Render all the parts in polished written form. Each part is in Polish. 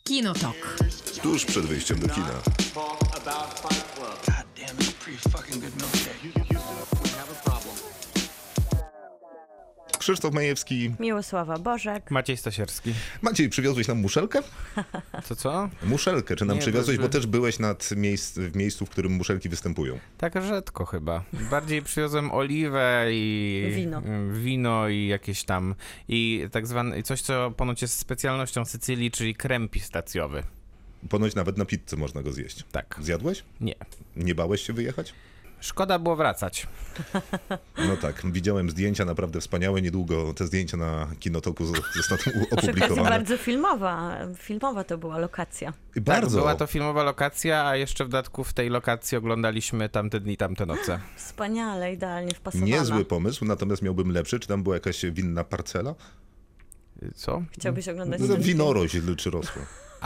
Kinotok. Tuż przed wyjściem do kina. Krzysztof Majewski. Miłosława Bożek. Maciej Stasierski. Maciej, przywiozłeś nam muszelkę? Co? Muszelkę, czy nam Nie, przywiozłeś, bo też byłeś w miejscu, w którym muszelki występują. Tak rzadko chyba. Bardziej przywiozłem oliwę i wino i jakieś tam i tak zwane coś, co ponoć jest specjalnością Sycylii, czyli krem pistacjowy. Ponoć nawet na pizzę można go zjeść. Tak. Zjadłeś? Nie. Nie bałeś się wyjechać? Szkoda było wracać. No tak, widziałem zdjęcia naprawdę wspaniałe. Niedługo te zdjęcia na Kinotoku zostaną opublikowane. Bardzo filmowa to była lokacja. Bardzo. Tak, była to filmowa lokacja, a jeszcze w dodatku w tej lokacji oglądaliśmy tamte dni, tamte noce. Wspaniale, idealnie wpasowana. Niezły pomysł, natomiast miałbym lepszy. Czy tam była jakaś winna parcela? Co? Chciałbyś oglądać No, ten film? winorośl czy rosło.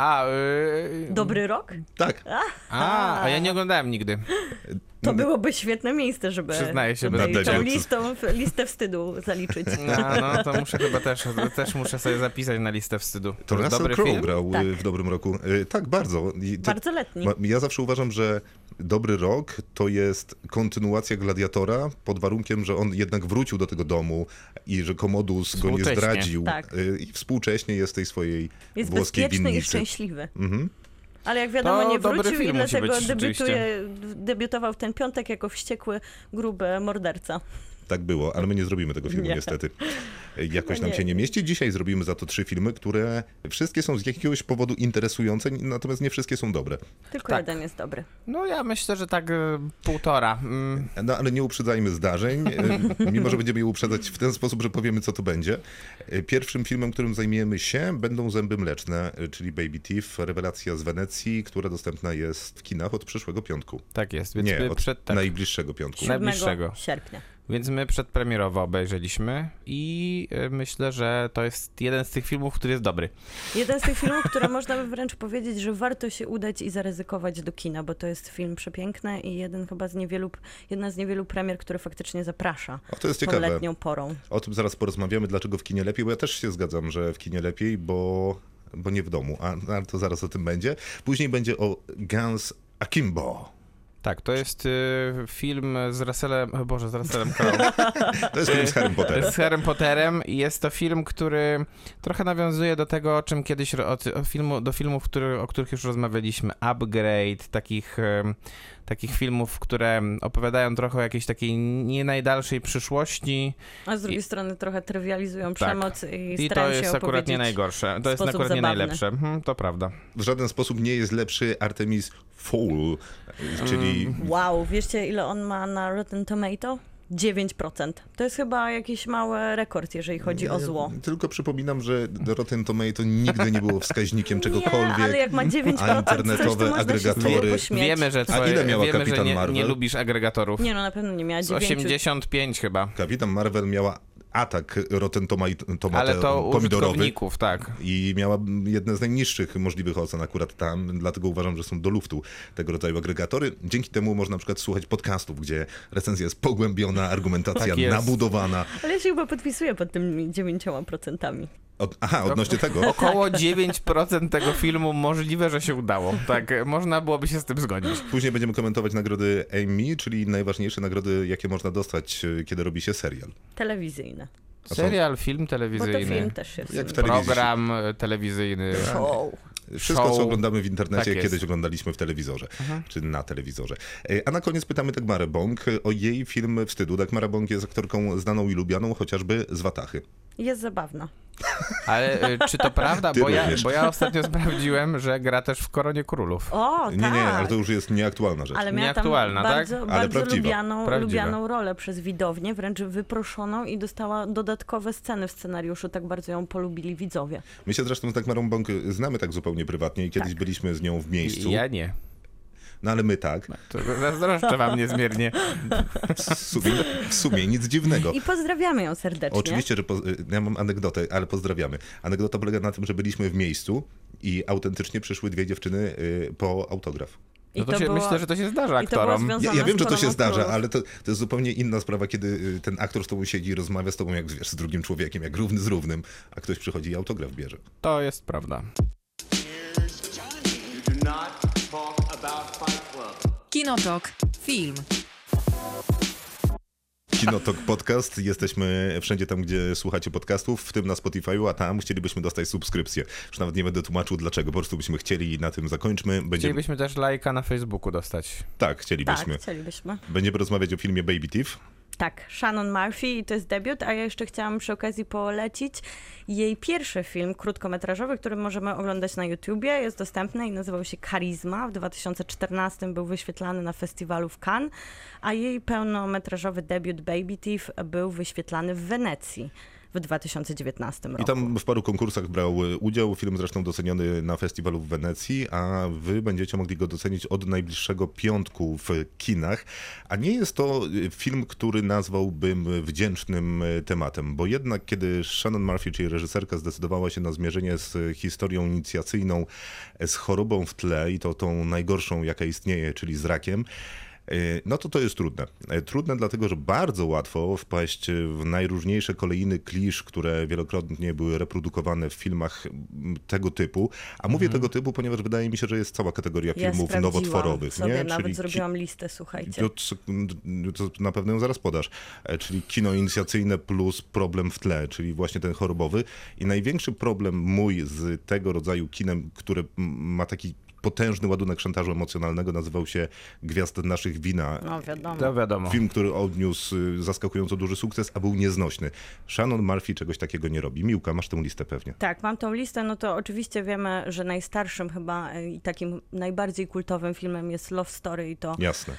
Dobry rok? Tak. A ja nie oglądałem nigdy. To byłoby świetne miejsce, żeby Przyznaję się, żeby bez tą bicia. listę wstydu zaliczyć. No to muszę chyba też muszę sobie zapisać na listę wstydu. To Russell dobry Crowe film? grał Tak. w dobrym roku. Tak, bardzo. Bardzo letni. Ja zawsze uważam, że Dobry Rok to jest kontynuacja Gladiatora pod warunkiem, że on jednak wrócił do tego domu i że Commodus go nie Współcześnie. zdradził. Tak. I współcześnie jest tej swojej Jest włoskiej bezpieczny winnicy. i szczęśliwy. Mhm. Ale jak wiadomo, To nie dobry wrócił film i musi dlatego być, debiutował w ten piątek jako wściekły, gruby morderca. Tak było, ale my nie zrobimy tego filmu Nie. niestety. Jakoś nam Nie. się nie mieści. Dzisiaj zrobimy za to 3 filmy, które wszystkie są z jakiegoś powodu interesujące, natomiast nie wszystkie są dobre. Tylko Tak. jeden jest dobry. No ja myślę, że tak 1,5. No ale nie uprzedzajmy zdarzeń, mimo że będziemy je uprzedzać w ten sposób, że powiemy, co to będzie. Pierwszym filmem, którym zajmiemy się, będą Zęby Mleczne, czyli Baby Teeth, rewelacja z Wenecji, która dostępna jest w kinach od przyszłego piątku. Tak jest, więc Nie, my od najbliższego piątku. 7 Najbliższego. sierpnia. Więc my przedpremierowo obejrzeliśmy i myślę, że to jest jeden z tych filmów, który jest dobry. Jeden z tych filmów, które można by wręcz powiedzieć, że warto się udać i zaryzykować do kina, bo to jest film przepiękny i jedna z niewielu premier, które faktycznie zaprasza O, to jest tą ciekawe. letnią porą. O tym zaraz porozmawiamy, dlaczego w kinie lepiej, bo ja też się zgadzam, że w kinie lepiej, bo nie w domu, ale to zaraz o tym będzie. Później będzie o Guns Akimbo. Tak, to jest film z Russellem Crowe. To jest film z Harrym Potterem. Z Harrym Potterem i jest to film, który trochę nawiązuje do tego, o czym kiedyś, do filmów, o których już rozmawialiśmy. Upgrade, takich filmów, które opowiadają trochę o jakiejś takiej nie najdalszej przyszłości. A z drugiej strony trochę trywializują przemoc i I starają to się jest akurat nie opowiedzieć najgorsze. To jest sposób akurat nie zabawny. najlepsze. To prawda. W żaden sposób nie jest lepszy Artemis Fowl, czyli Wow, wiecie ile on ma na Rotten Tomato? 9%. To jest chyba jakiś mały rekord, jeżeli chodzi o zło. Tylko przypominam, że Rotten Tomato nigdy nie było wskaźnikiem czegokolwiek. Nie, ale jak ma 9%, a internetowe to można agregatory. się pośmiać. Wiemy, że ile miała wiemy, że Kapitan Marvel? nie lubisz agregatorów. Nie, no na pewno nie miała Z 9. 85 chyba. Kapitan Marvel miała atak Rotten Tomato Ale to pomidorowy użytkowników, tak. i miała jedne z najniższych możliwych ocen akurat tam, dlatego uważam, że są do luftu tego rodzaju agregatory. Dzięki temu można na przykład słuchać podcastów, gdzie recenzja jest pogłębiona, argumentacja Tak jest. nabudowana. Ale ja się chyba podpisuję pod tymi 9%. Odnośnie tego. Około 9% tego filmu możliwe, że się udało. Tak, można byłoby się z tym zgodzić. Później będziemy komentować nagrody Emmy, czyli najważniejsze nagrody, jakie można dostać, kiedy robi się serial. Telewizyjne. Serial, film Bo to telewizyjny, film też jest. Jak w telewizji. program telewizyjny. Show. Wszystko, Show. co oglądamy w internecie, Tak jest. kiedyś oglądaliśmy w telewizorze, czy na telewizorze. A na koniec pytamy Dagmarę Bąk o jej film Wstydu. Dagmara Bąk jest aktorką znaną i lubianą, chociażby z Watachy. Jest zabawna. Ale czy to prawda? Ty również. Bo ja ostatnio sprawdziłem, że gra też w Koronie Królów. O, tak. Nie, ale to już jest nieaktualna rzecz. Ale miała tam Nieaktualna, tak? bardzo, Ale bardzo prawdziwa. lubianą rolę przez widownię, wręcz wyproszoną i dostała dodatkowe sceny w scenariuszu, tak bardzo ją polubili widzowie. My się zresztą z Dagmarą Bąk znamy tak zupełnie prywatnie i kiedyś Tak. byliśmy z nią w miejscu. Ja nie. No ale my tak. To zazdroszczę wam niezmiernie. W sumie nic dziwnego. I pozdrawiamy ją serdecznie. Oczywiście, że ja mam anegdotę, ale pozdrawiamy. Anegdota polega na tym, że byliśmy w miejscu i autentycznie przyszły 2 dziewczyny po autograf. No to myślę, że to się zdarza i to było aktorom. związane Ja wiem, z że to się Koroną zdarza, Królów. ale to jest zupełnie inna sprawa, kiedy ten aktor z tobą siedzi i rozmawia z tobą jak wiesz, z drugim człowiekiem, jak równy z równym, a ktoś przychodzi i autograf bierze. To jest prawda. Kinotok. Film. Kinotok Podcast. Jesteśmy wszędzie tam, gdzie słuchacie podcastów, w tym na Spotify'u, a tam chcielibyśmy dostać subskrypcję. Już nawet nie będę tłumaczył dlaczego, po prostu byśmy chcieli i na tym zakończmy. Chcielibyśmy też lajka na Facebooku dostać. Tak, chcielibyśmy. Tak, chcielibyśmy. Będziemy rozmawiać o filmie Baby Thief. Tak, Shannon Murphy i to jest debiut, a ja jeszcze chciałam przy okazji polecić jej pierwszy film krótkometrażowy, który możemy oglądać na YouTubie, jest dostępny i nazywał się Charisma. W 2014 był wyświetlany na festiwalu w Cannes, a jej pełnometrażowy debiut Baby Thief był wyświetlany w Wenecji w 2019 roku. I tam w paru konkursach brał udział, film zresztą doceniony na festiwalu w Wenecji, a wy będziecie mogli go docenić od najbliższego piątku w kinach. A nie jest to film, który nazwałbym wdzięcznym tematem, bo jednak kiedy Shannon Murphy, czyli reżyserka, zdecydowała się na zmierzenie z historią inicjacyjną, z chorobą w tle i to tą najgorszą, jaka istnieje, czyli z rakiem, no to jest trudne. Trudne dlatego, że bardzo łatwo wpaść w najróżniejsze kolejny klisz, które wielokrotnie były reprodukowane w filmach tego typu. A mówię tego typu, ponieważ wydaje mi się, że jest cała kategoria filmów nowotworowych. Sobie nie? nawet Czyli zrobiłam listę, słuchajcie. To na pewno ją zaraz podasz. Czyli kino inicjacyjne plus problem w tle, czyli właśnie ten chorobowy. I największy problem mój z tego rodzaju kinem, które ma taki potężny ładunek szantażu emocjonalnego, nazywał się Gwiazd naszych wina. No wiadomo. To wiadomo. Film, który odniósł zaskakująco duży sukces, a był nieznośny. Shannon Murphy czegoś takiego nie robi. Miłka, masz tę listę pewnie. Tak, mam tą listę, no to oczywiście wiemy, że najstarszym chyba i takim najbardziej kultowym filmem jest Love Story i to Jasne.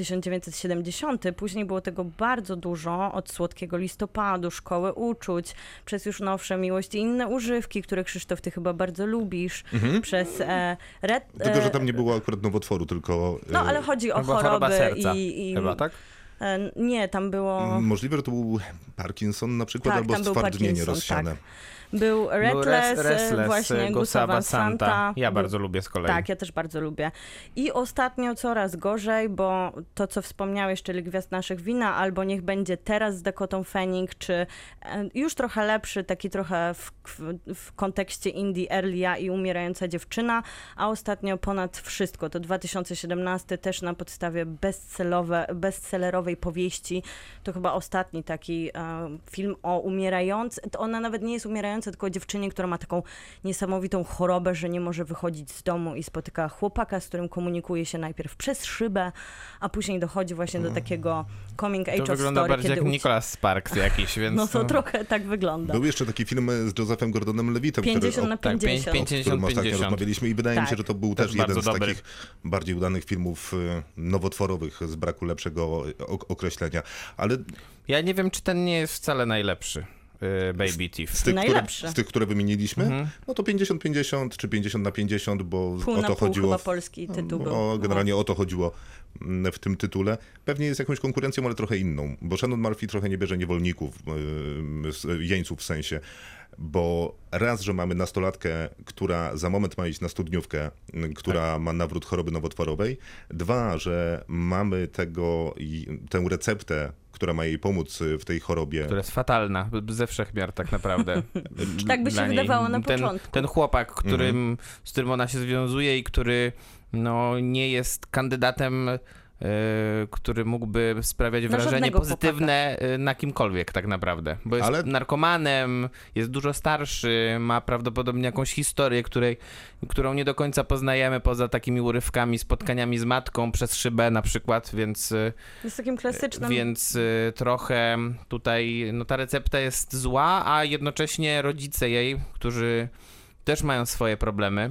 1970. Później było tego bardzo dużo, od Słodkiego Listopadu, Szkoły Uczuć, przez już nowsze Miłość i inne używki, które Krzysztof, ty chyba bardzo lubisz, przez Tylko, że tam nie było akurat nowotworu, tylko... No, ale chodzi o Chyba choroba choroby serca. i... Chyba, tak? Nie, tam było... Możliwe, że to był Parkinson na przykład, Tak, albo tam był stwardnienie Parkinson, rozsiane. tak. Był Restless, właśnie Gusa Van Santa. Santa. Ja bardzo lubię z kolei. Tak, ja też bardzo lubię. I ostatnio coraz gorzej, bo to, co wspomniałeś, czyli Gwiazd naszych wina, albo Niech będzie teraz z Dakotą Fanning, czy już trochę lepszy, taki trochę w kontekście indie Early'a i Umierająca dziewczyna, a ostatnio Ponad wszystko, to 2017, też na podstawie bestsellerowej powieści. To chyba ostatni taki film o umierającej, to ona nawet nie jest umierająca, tylko o dziewczynie, która ma taką niesamowitą chorobę, że nie może wychodzić z domu i spotyka chłopaka, z którym komunikuje się najpierw przez szybę, a później dochodzi właśnie do takiego coming age of story. To wygląda bardziej jak Nicholas Sparks jakiś, więc... No to trochę tak wygląda. Był jeszcze taki film z Josephem Gordonem-Levitem, 50 na 50. o którym ostatnio rozmawialiśmy i wydaje mi się, że to był też jeden z takich bardziej udanych filmów nowotworowych, z braku lepszego określenia. Ale ja nie wiem, czy ten nie jest wcale najlepszy. Baby Thief. Z tych, które wymieniliśmy, no to 50-50 czy 50 na 50, bo pół o na to pół chodziło. Chyba polski tytuł był. Generalnie o to chodziło w tym tytule. Pewnie jest jakąś konkurencją, ale trochę inną, bo Shannon Murphy trochę nie bierze niewolników, jeńców w sensie, bo raz, że mamy nastolatkę, która za moment ma iść na studniówkę, która ma nawrót choroby nowotworowej. Dwa, że mamy tę receptę, która ma jej pomóc w tej chorobie. Która jest fatalna, ze wszechmiar tak naprawdę. Tak by się wydawało na początku. Ten chłopak, z którym ona się związuje i który nie jest kandydatem, który mógłby sprawiać wrażenie pozytywne na kimkolwiek tak naprawdę. Bo jest narkomanem, jest dużo starszy, ma prawdopodobnie jakąś historię, którą nie do końca poznajemy poza takimi urywkami, spotkaniami z matką przez szybę na przykład, więc... Jest takim klasycznym... Więc trochę tutaj ta recepta jest zła, a jednocześnie rodzice jej, którzy też mają swoje problemy,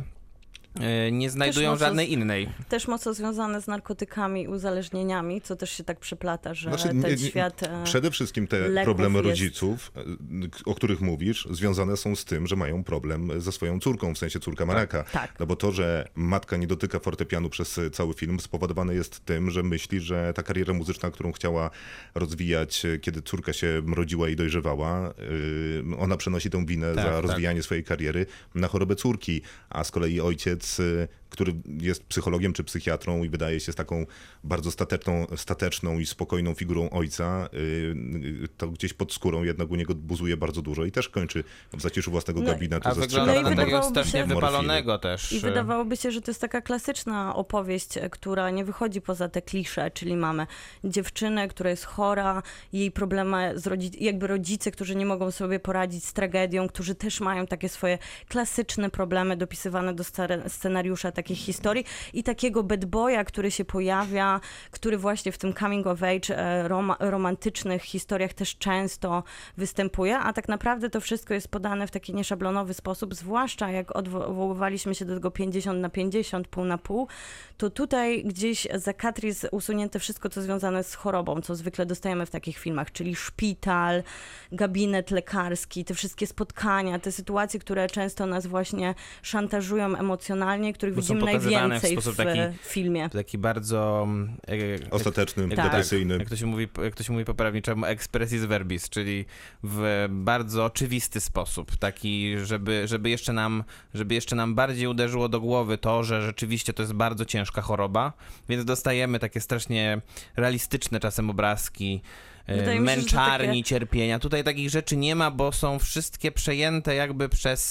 nie znajdują żadnej innej. Też mocno związane z narkotykami i uzależnieniami, co też się tak przeplata, że ten świat przede wszystkim te problemy rodziców, o których mówisz, związane są z tym, że mają problem ze swoją córką, w sensie córka ma raka. Tak. No bo to, że matka nie dotyka fortepianu przez cały film, spowodowane jest tym, że myśli, że ta kariera muzyczna, którą chciała rozwijać, kiedy córka się rodziła i dojrzewała, ona przenosi tę winę za rozwijanie swojej kariery na chorobę córki, a z kolei ojciec który jest psychologiem czy psychiatrą i wydaje się z taką bardzo stateczną i spokojną figurą ojca, to gdzieś pod skórą jednak u niego buzuje bardzo dużo i też kończy w zaciszu własnego gabinetu ze wygląda na takiego strasznie się wypalonego też. I wydawałoby się, że to jest taka klasyczna opowieść, która nie wychodzi poza te klisze, czyli mamy dziewczynę, która jest chora, jej problemy jakby rodzice, którzy nie mogą sobie poradzić z tragedią, którzy też mają takie swoje klasyczne problemy dopisywane do scenariusza takich historii i takiego bad boya, który się pojawia, który właśnie w tym coming of age romantycznych historiach też często występuje, a tak naprawdę to wszystko jest podane w taki nieszablonowy sposób, zwłaszcza jak odwoływaliśmy się do tego 50/50, pół na pół, to tutaj gdzieś za kadr jest usunięte wszystko, co związane z chorobą, co zwykle dostajemy w takich filmach, czyli szpital, gabinet lekarski, te wszystkie spotkania, te sytuacje, które często nas właśnie szantażują emocjonalnie, których widzimy najwięcej w filmie. Taki bardzo ostateczny, depresyjny. Jak to się mówi po prawniczemu, expressis verbis, czyli w bardzo oczywisty sposób, taki, żeby jeszcze nam bardziej uderzyło do głowy to, że rzeczywiście to jest bardzo ciężka choroba, więc dostajemy takie strasznie realistyczne czasem obrazki, męczarni, cierpienia. Tutaj takich rzeczy nie ma, bo są wszystkie przejęte jakby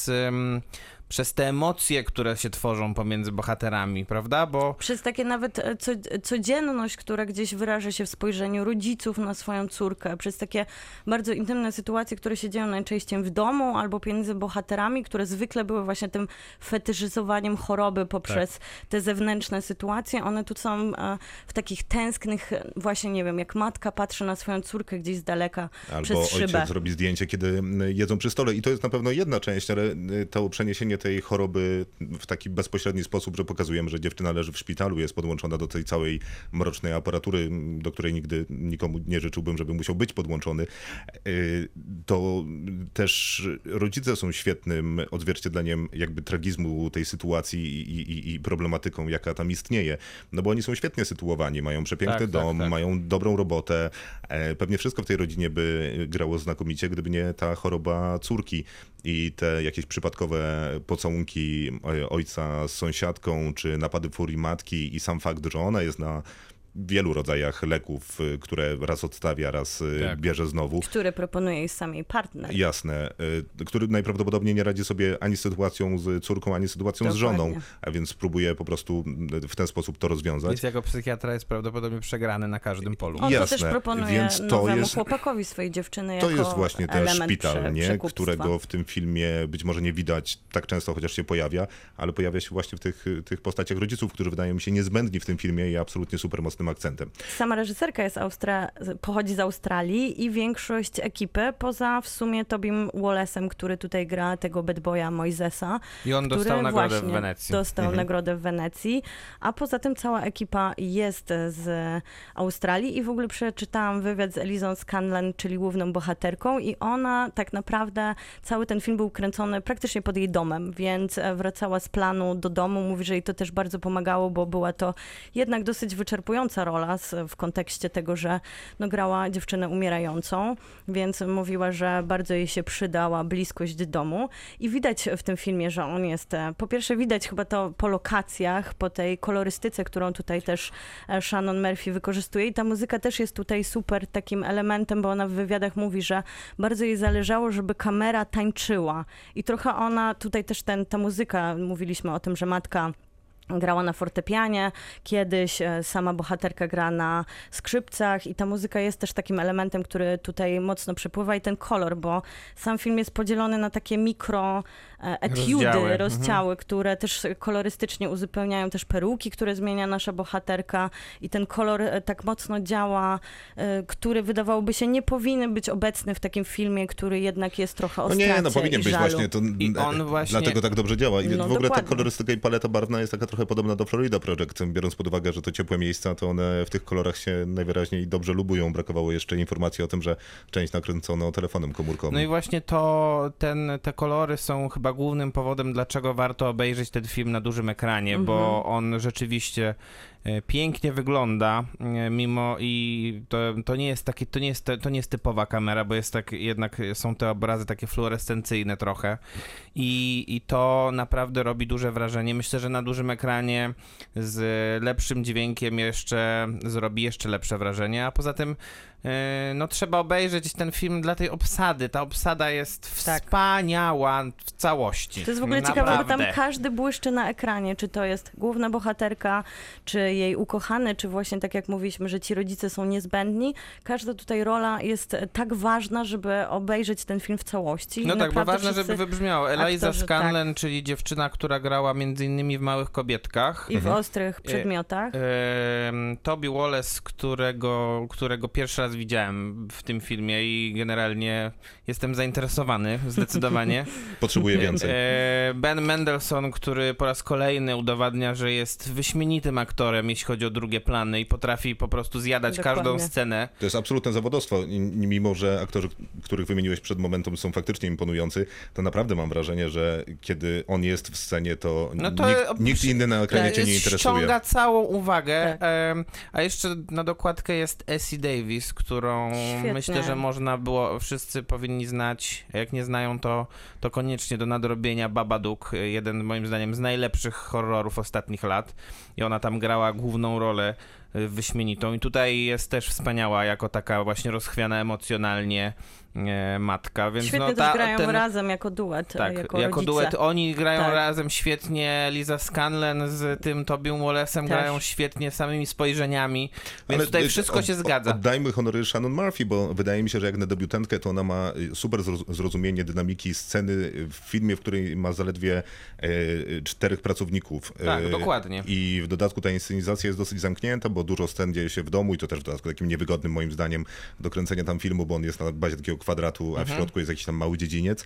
przez te emocje, które się tworzą pomiędzy bohaterami, prawda? Przez takie nawet codzienność, która gdzieś wyraża się w spojrzeniu rodziców na swoją córkę, przez takie bardzo intymne sytuacje, które się dzieją najczęściej w domu albo pomiędzy bohaterami, które zwykle były właśnie tym fetyszyzowaniem choroby poprzez te zewnętrzne sytuacje. One tu są w takich tęsknych, właśnie nie wiem, jak matka patrzy na swoją córkę gdzieś z daleka przez szybę. Albo ojciec robi zdjęcie, kiedy jedzą przy stole i to jest na pewno jedna część, ale to przeniesienie tej choroby w taki bezpośredni sposób, że pokazujemy, że dziewczyna leży w szpitalu, jest podłączona do tej całej mrocznej aparatury, do której nigdy nikomu nie życzyłbym, żeby musiał być podłączony, to też rodzice są świetnym odzwierciedleniem jakby tragizmu tej sytuacji i problematyką, jaka tam istnieje. No bo oni są świetnie sytuowani, mają przepiękny dom, mają dobrą robotę. Pewnie wszystko w tej rodzinie by grało znakomicie, gdyby nie ta choroba córki i te jakieś przypadkowe pocałunki ojca z sąsiadką, czy napady furii matki i sam fakt, że ona jest na wielu rodzajach leków, które raz odstawia, raz bierze znowu. Które proponuje jej samej partner. Jasne. Który najprawdopodobniej nie radzi sobie ani z sytuacją z córką, ani z sytuacją z żoną, a więc próbuje po prostu w ten sposób to rozwiązać. Więc jako psychiatra jest prawdopodobnie przegrany na każdym polu. On to też proponuje nowemu chłopakowi swojej dziewczyny jako to jest właśnie ten szpital, którego w tym filmie być może nie widać tak często, chociaż się pojawia, ale pojawia się właśnie w tych postaciach rodziców, którzy wydają mi się niezbędni w tym filmie i absolutnie super mocnym akcentem. Sama reżyserka pochodzi z Australii i większość ekipy, poza w sumie Tobim Wallace'em, który tutaj gra tego bad boya Moisesa. I on dostał nagrodę w Wenecji. Dostał nagrodę w Wenecji, a poza tym cała ekipa jest z Australii i w ogóle przeczytałam wywiad z Elizą Scanlan, czyli główną bohaterką i ona tak naprawdę, cały ten film był kręcony praktycznie pod jej domem, więc wracała z planu do domu, mówi, że jej to też bardzo pomagało, bo była to jednak dosyć wyczerpująca rola w kontekście tego, że grała dziewczynę umierającą, więc mówiła, że bardzo jej się przydała bliskość domu i widać w tym filmie, że on jest, po pierwsze widać chyba to po lokacjach, po tej kolorystyce, którą tutaj też Shannon Murphy wykorzystuje i ta muzyka też jest tutaj super takim elementem, bo ona w wywiadach mówi, że bardzo jej zależało, żeby kamera tańczyła i trochę ona tutaj też ta muzyka, mówiliśmy o tym, że matka grała na fortepianie, kiedyś sama bohaterka gra na skrzypcach i ta muzyka jest też takim elementem, który tutaj mocno przepływa i ten kolor, bo sam film jest podzielony na takie mikro etiudy, rozdziały, które też kolorystycznie uzupełniają też peruki, które zmienia nasza bohaterka i ten kolor tak mocno działa, który wydawałoby się nie powinien być obecny w takim filmie, który jednak jest trochę o stracie powinien być żalu. Właśnie, dlatego tak dobrze działa. I w ogóle dokładnie. ta kolorystyka i paleta barwna jest taka trochę podobna do Florida Project, biorąc pod uwagę, że to ciepłe miejsca, to one w tych kolorach się najwyraźniej dobrze lubują. Brakowało jeszcze informacji o tym, że część nakręcono telefonem komórkowym. No i właśnie te kolory są chyba głównym powodem, dlaczego warto obejrzeć ten film na dużym ekranie, bo on rzeczywiście pięknie wygląda, mimo i to nie jest takie, to nie jest typowa kamera, bo jest tak, jednak są te obrazy takie fluorescencyjne trochę i to naprawdę robi duże wrażenie. Myślę, że na dużym ekranie z lepszym dźwiękiem zrobi jeszcze lepsze wrażenie, a poza tym no trzeba obejrzeć ten film dla tej obsady. Ta obsada jest wspaniała w całości. To jest w ogóle ciekawe, bo tam każdy błyszczy na ekranie, czy to jest główna bohaterka, czy jej ukochany, czy właśnie tak jak mówiliśmy, że ci rodzice są niezbędni. Każda tutaj rola jest tak ważna, żeby obejrzeć ten film w całości. No tak, bo ważne, żeby wybrzmiało. Eliza Scanlen, czyli dziewczyna, która grała między innymi w Małych Kobiedkach. I w Ostrych Przedmiotach. Toby Wallace, którego pierwszy raz widziałem w tym filmie i generalnie jestem zainteresowany zdecydowanie. Potrzebuję więcej. Ben Mendelsohn, który po raz kolejny udowadnia, że jest wyśmienitym aktorem, jeśli chodzi o drugie plany i potrafi po prostu zjadać każdą scenę. To jest absolutne zawodowstwo. Mimo że aktorzy, których wymieniłeś przed momentem, są faktycznie imponujący, to naprawdę mam wrażenie, że kiedy on jest w scenie, to nikt inny na ekranie cię nie interesuje. Ściąga całą uwagę. A jeszcze na dokładkę jest Essie Davis, którą myślę, że można było, wszyscy powinni znać, a jak nie znają, to koniecznie do nadrobienia. Babadook, jeden moim zdaniem z najlepszych horrorów ostatnich lat i ona tam grała główną rolę wyśmienitą i tutaj jest też wspaniała jako taka właśnie rozchwiana emocjonalnie matka, więc świetnie też grają razem jako duet. Tak, jako duet. Oni grają razem świetnie. Liza Scanlen z tym Tobym Wallace'em grają świetnie samymi spojrzeniami, więc ale tutaj wszystko się zgadza. Oddajmy honory Shannon Murphy, bo wydaje mi się, że jak na debiutantkę, to ona ma super zrozumienie dynamiki sceny w filmie, w której ma zaledwie 4 pracowników. Tak, dokładnie. I w dodatku ta inscenizacja jest dosyć zamknięta, bo dużo scen dzieje się w domu i to też w dodatku takim niewygodnym moim zdaniem do kręcenia tam filmu, bo on jest na bazie takiego kwadratu, a w środku jest jakiś tam mały dziedziniec.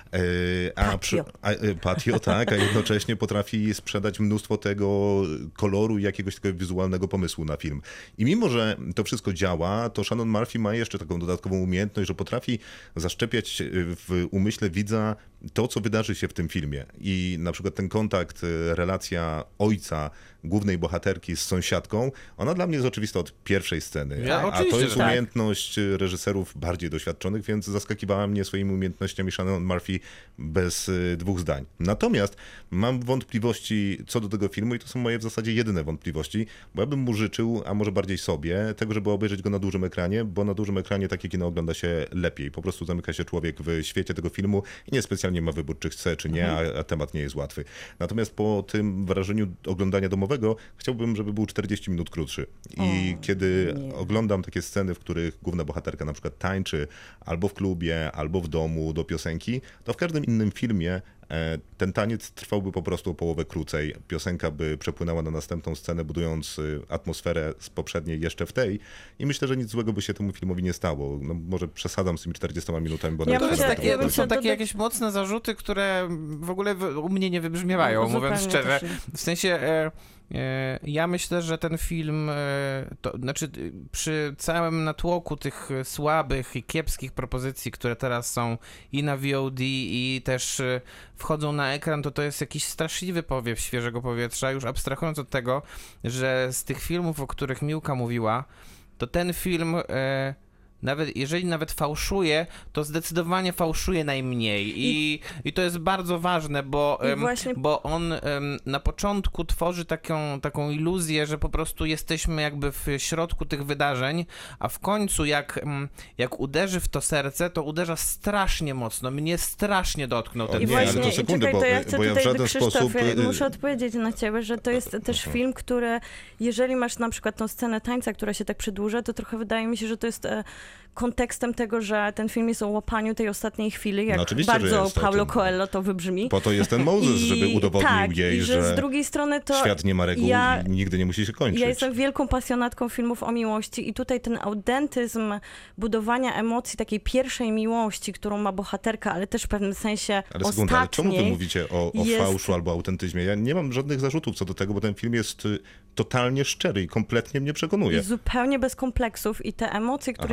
Patio, tak, a jednocześnie potrafi sprzedać mnóstwo tego koloru i jakiegoś takiego wizualnego pomysłu na film. I mimo, że to wszystko działa, to Shannon Murphy ma jeszcze taką dodatkową umiejętność, że potrafi zaszczepiać w umyśle widza to, co wydarzy się w tym filmie. I na przykład ten kontakt, relacja ojca, głównej bohaterki z sąsiadką, ona dla mnie jest oczywista od pierwszej sceny. A to jest umiejętność reżyserów bardziej doświadczonych, więc zaskakiwała mnie swoimi umiejętnościami Shannon Murphy bez 2 zdań. Natomiast mam wątpliwości co do tego filmu i to są moje w zasadzie jedyne wątpliwości, bo ja bym mu życzył, a może bardziej sobie, tego, żeby obejrzeć go na dużym ekranie, bo na dużym ekranie takie kino ogląda się lepiej. Po prostu zamyka się człowiek w świecie tego filmu i niespecjalnie ma wybór, czy chce, czy nie, a temat nie jest łatwy. Natomiast po tym wrażeniu oglądania domowego chciałbym, żeby był 40 minut krótszy. I kiedy oglądam takie sceny, w których główna bohaterka na przykład tańczy albo w klubie, albo w domu do piosenki, to w każdym innym filmie ten taniec trwałby po prostu o połowę krócej. Piosenka by przepłynęła na następną scenę, budując atmosferę z poprzedniej jeszcze w tej i myślę, że nic złego by się temu filmowi nie stało. No, może przesadzam z tymi 40 minutami, bo to są takie jakieś mocne zarzuty, które w ogóle u mnie nie wybrzmiewają, mówiąc szczerze. W sensie ja myślę, że ten film, to znaczy przy całym natłoku tych słabych i kiepskich propozycji, które teraz są i na VOD i też wchodzą na ekran, to jest jakiś straszliwy powiew świeżego powietrza, już abstrahując od tego, że z tych filmów, o których Miłka mówiła, to ten film jeżeli nawet fałszuje, to zdecydowanie fałszuje najmniej. I to jest bardzo ważne, bo on na początku tworzy taką iluzję, że po prostu jesteśmy jakby w środku tych wydarzeń, a w końcu jak uderzy w to serce, to uderza strasznie mocno. Mnie strasznie dotknął ten film. Ale to sekundę, bo ja w żaden sposób... Muszę odpowiedzieć na ciebie, że to jest też film, który, jeżeli masz na przykład tą scenę tańca, która się tak przedłuża, to trochę wydaje mi się, że to jest kontekstem tego, że ten film jest o łapaniu tej ostatniej chwili, jak bardzo Paulo Coelho to wybrzmi. Po to jest ten Moses, żeby udowodnił jej, że z drugiej strony to świat nie ma reguł i nigdy nie musi się kończyć. Ja jestem wielką pasjonatką filmów o miłości i tutaj ten autentyzm budowania emocji, takiej pierwszej miłości, którą ma bohaterka, ale też w pewnym sensie ostatniej. Ale czemu wy mówicie o fałszu albo autentyzmie? Ja nie mam żadnych zarzutów co do tego, bo ten film jest totalnie szczery i kompletnie mnie przekonuje. I zupełnie bez kompleksów i te emocje, które się dzieją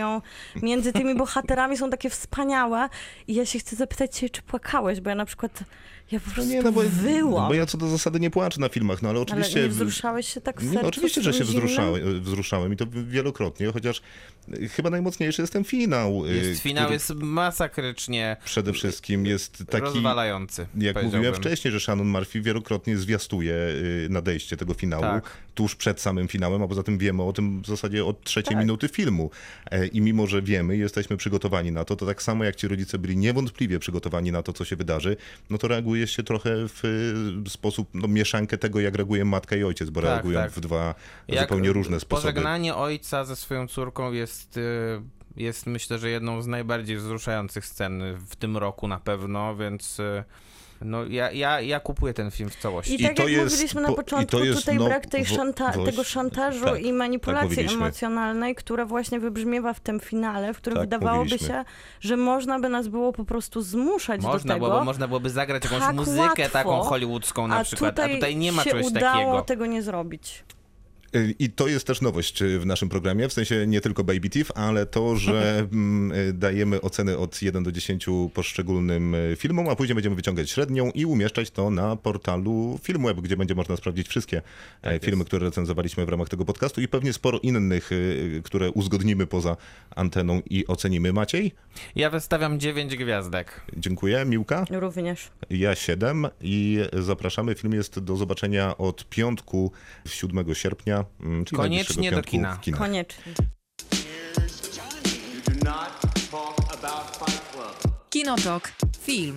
działają między tymi bohaterami, są takie wspaniałe i ja się chcę zapytać cię, czy płakałeś, bo ja na przykład po prostu wyłam. Bo ja co do zasady nie płaczę na filmach, no ale oczywiście... Ale nie wzruszałeś się tak w sercu? Nie, oczywiście, że się zimnym? wzruszałem i to wielokrotnie, chociaż chyba najmocniejszy jest ten finał. Finał jest masakrycznie przede wszystkim jest taki... rozwalający, jak mówiłem wcześniej, że Shannon Murphy wielokrotnie zwiastuje nadejście tego finału tuż przed samym finałem, a poza tym wiemy o tym w zasadzie od trzeciej minuty filmu. I mimo, że wiemy i jesteśmy przygotowani na to, to tak samo jak ci rodzice byli niewątpliwie przygotowani na to, co się wydarzy, no to reaguje się trochę w sposób, mieszankę tego, jak reaguje matka i ojciec, bo reagują w dwa zupełnie różne sposoby. Pożegnanie ojca ze swoją córką jest myślę, że jedną z najbardziej wzruszających scen w tym roku na pewno, więc... No ja kupuję ten film w całości. I tak jak mówiliśmy na początku, tutaj brak tego szantażu i manipulacji emocjonalnej, która właśnie wybrzmiewa w tym finale, w którym wydawałoby się, że można by nas było po prostu zmuszać do tego. Można byłoby zagrać jakąś muzykę taką hollywoodzką na przykład, a tutaj nie ma czegoś takiego. A tutaj się udało tego nie zrobić. I to jest też nowość w naszym programie, w sensie nie tylko Baby Thief, ale to, że dajemy oceny od 1 do 10 poszczególnym filmom, a później będziemy wyciągać średnią i umieszczać to na portalu Filmweb, gdzie będzie można sprawdzić wszystkie filmy, które recenzowaliśmy w ramach tego podcastu i pewnie sporo innych, które uzgodnimy poza anteną i ocenimy. Maciej? Ja wystawiam 9 gwiazdek. Dziękuję. Miłka? Również. Ja 7 i zapraszamy. Film jest do zobaczenia od piątku 7 sierpnia. Koniecznie do kina. Koniecznie. Kinotok. Film.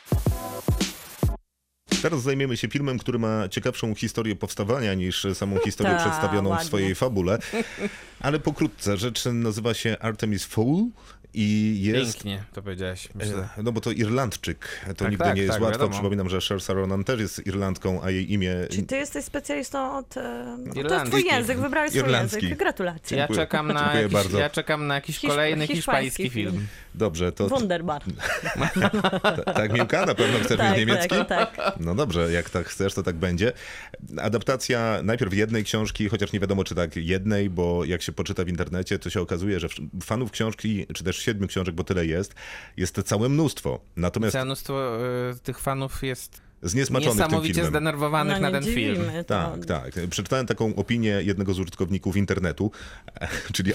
Teraz zajmiemy się filmem, który ma ciekawszą historię powstawania niż samą historię przedstawioną w swojej fabule. Ale pokrótce, rzecz nazywa się Artemis Fowl i jest... Pięknie to powiedziałeś, myślę. No bo to Irlandczyk, to nigdy nie jest łatwo. Wiadomo. Przypominam, że Saoirse Ronan też jest Irlandką, a jej imię... Czy ty jesteś specjalistą od... Irlandii. To jest twój język, wybrałeś swój język. Gratulacje. Ja czekam na jakiś kolejny hiszpański film. Dobrze, to... Wunderbar. Tak, Miłka? Na pewno chcesz mieć niemiecki? Tak. No dobrze, jak tak chcesz, to tak będzie. Adaptacja najpierw jednej książki, chociaż nie wiadomo, czy tak jednej, bo jak się poczyta w internecie, to się okazuje, że fanów książki, czy też 7 książek, bo tyle jest całe mnóstwo. Natomiast całe mnóstwo tych fanów jest zniesmaczonych niesamowicie tym filmem. zdenerwowanych na ten film. Tak. Przeczytałem taką opinię jednego z użytkowników internetu, czyli...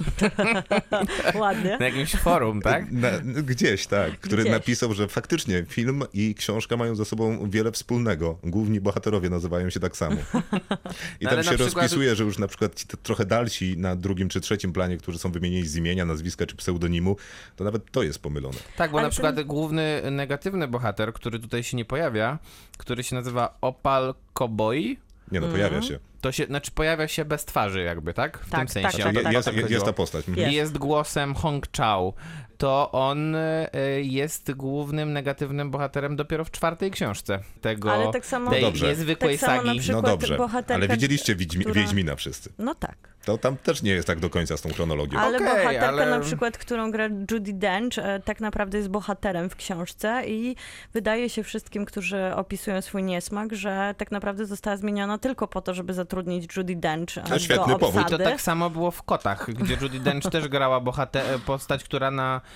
Ładnie. Na jakimś forum, tak? Gdzieś, tak. Który napisał, że faktycznie film i książka mają ze sobą wiele wspólnego. Główni bohaterowie nazywają się tak samo. I tam się rozpisuje, że już na przykład ci trochę dalsi na drugim czy trzecim planie, którzy są wymienieni z imienia, nazwiska czy pseudonimu, to nawet to jest pomylone. Tak, bo na przykład główny negatywny bohater, który tutaj się nie pojawia, który się nazywa Opal Cowboy. Nie no, pojawia się. To się, znaczy pojawia się bez twarzy jakby, tak? W tym sensie. Jest ta postać. Jest głosem Hong Chau. To on jest głównym negatywnym bohaterem dopiero w 4. książce tej niezwykłej sagi. No dobrze, ale widzieliście Wiedźmina wszyscy. No tak. To tam też nie jest tak do końca z tą chronologią. Ale bohaterka na przykład, którą gra Judi Dench, tak naprawdę jest bohaterem w książce i wydaje się wszystkim, którzy opisują swój niesmak, że tak naprawdę została zmieniona tylko po to, żeby zatrudnić Judi Dench do świetny powód. I to tak samo było w Kotach, gdzie Judi Dench też grała postać, która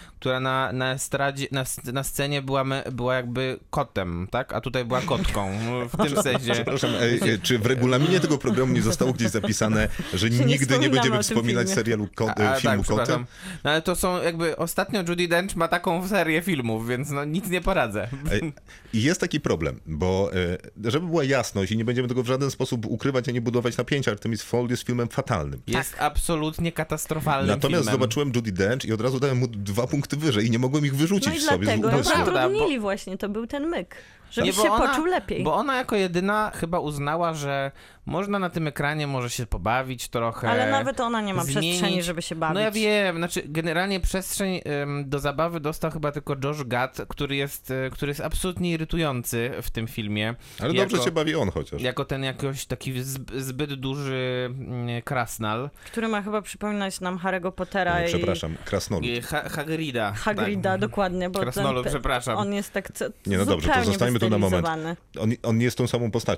na estradzie, na scenie była jakby kotem, tak? A tutaj była kotką. W tym sensie. Przepraszam, czy w regulaminie tego programu nie zostało gdzieś zapisane, że nigdy nie będziemy wspominać serialu filmu Koty? No ale to są jakby, ostatnio Judi Dench ma taką serię filmów, więc no nic nie poradzę. I jest taki problem, bo żeby była jasność i nie będziemy tego w żaden sposób ukrywać, ani budować napięcia, Artemis Fowl jest filmem fatalnym. Jest absolutnie katastrofalnym Natomiast filmem. zobaczyłem Judi Dench i od razu dałem mu 2 punkty wyżej i nie mogłem ich wyrzucić sobie z umysłu. No i zatrudnili właśnie, to był ten myk. Żeby się poczuł lepiej. Bo ona jako jedyna chyba uznała, że można na tym ekranie może się pobawić trochę. Ale nawet ona nie ma przestrzeni, żeby się bawić. No ja wiem, znaczy generalnie przestrzeń do zabawy dostał chyba tylko Josh Gad, który jest absolutnie irytujący w tym filmie. Ale dobrze się bawi on chociaż. Jako ten jakoś taki zbyt duży krasnal. Który ma chyba przypominać nam Harry'ego Pottera przepraszam, krasnolud. Hagrida. Hagrida, tak. Dokładnie. Bo krasnolud, przepraszam. On jest tak nie, no dobrze, to zostańmy tu na moment. On nie jest tą samą postacią.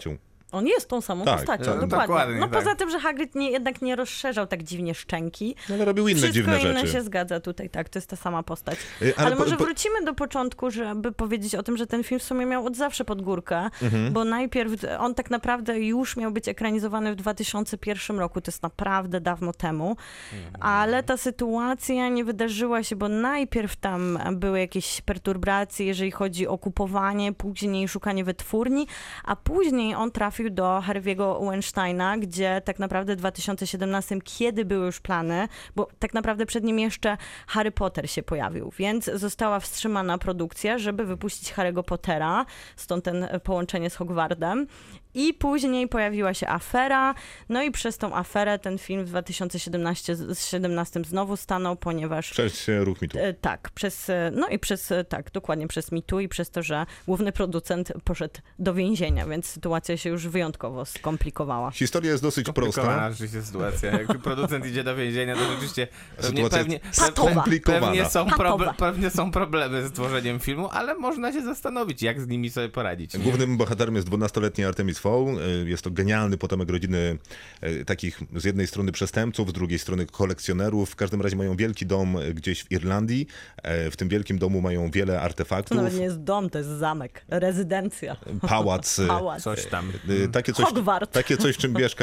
On jest tą samą Tak, postacią, tak. dokładnie. Dokładnie, No tak. poza tym, że Hagrid jednak nie rozszerzał tak dziwnie szczęki. No, ale robił inne Wszystko dziwne inne rzeczy. się zgadza tutaj, tak, to jest ta sama postać. Ale Ale może wrócimy do początku, żeby powiedzieć o tym, że ten film w sumie miał od zawsze pod górkę, bo najpierw on tak naprawdę już miał być ekranizowany w 2001 roku, to jest naprawdę dawno temu, ale ta sytuacja nie wydarzyła się, bo najpierw tam były jakieś perturbacje, jeżeli chodzi o kupowanie, później szukanie wytwórni, a później on trafił do Harvey'ego Weinsteina, gdzie tak naprawdę w 2017, kiedy były już plany, bo tak naprawdę przed nim jeszcze Harry Potter się pojawił, więc została wstrzymana produkcja, żeby wypuścić Harry'ego Pottera, stąd ten połączenie z Hogwartem. I później pojawiła się afera, no i przez tą aferę ten film w 2017 znowu stanął, ponieważ... Przez ruch mitu. Tak, dokładnie przez Me Too i przez to, że główny producent poszedł do więzienia, więc sytuacja się już wyjątkowo skomplikowała. Historia jest dosyć prosta. Komplikowana rzeczywiście sytuacja. Jak producent idzie do więzienia, to rzeczywiście Patowa. pewnie są problemy z tworzeniem filmu, ale można się zastanowić, jak z nimi sobie poradzić. Głównym bohaterem jest 12-letni Artemis Fowl. Jest to genialny potomek rodziny takich z jednej strony przestępców, z drugiej strony kolekcjonerów. W każdym razie mają wielki dom gdzieś w Irlandii. W tym wielkim domu mają wiele To artefaktów. nawet nie jest dom, to jest zamek, rezydencja. Pałac. Coś tam. Takie coś,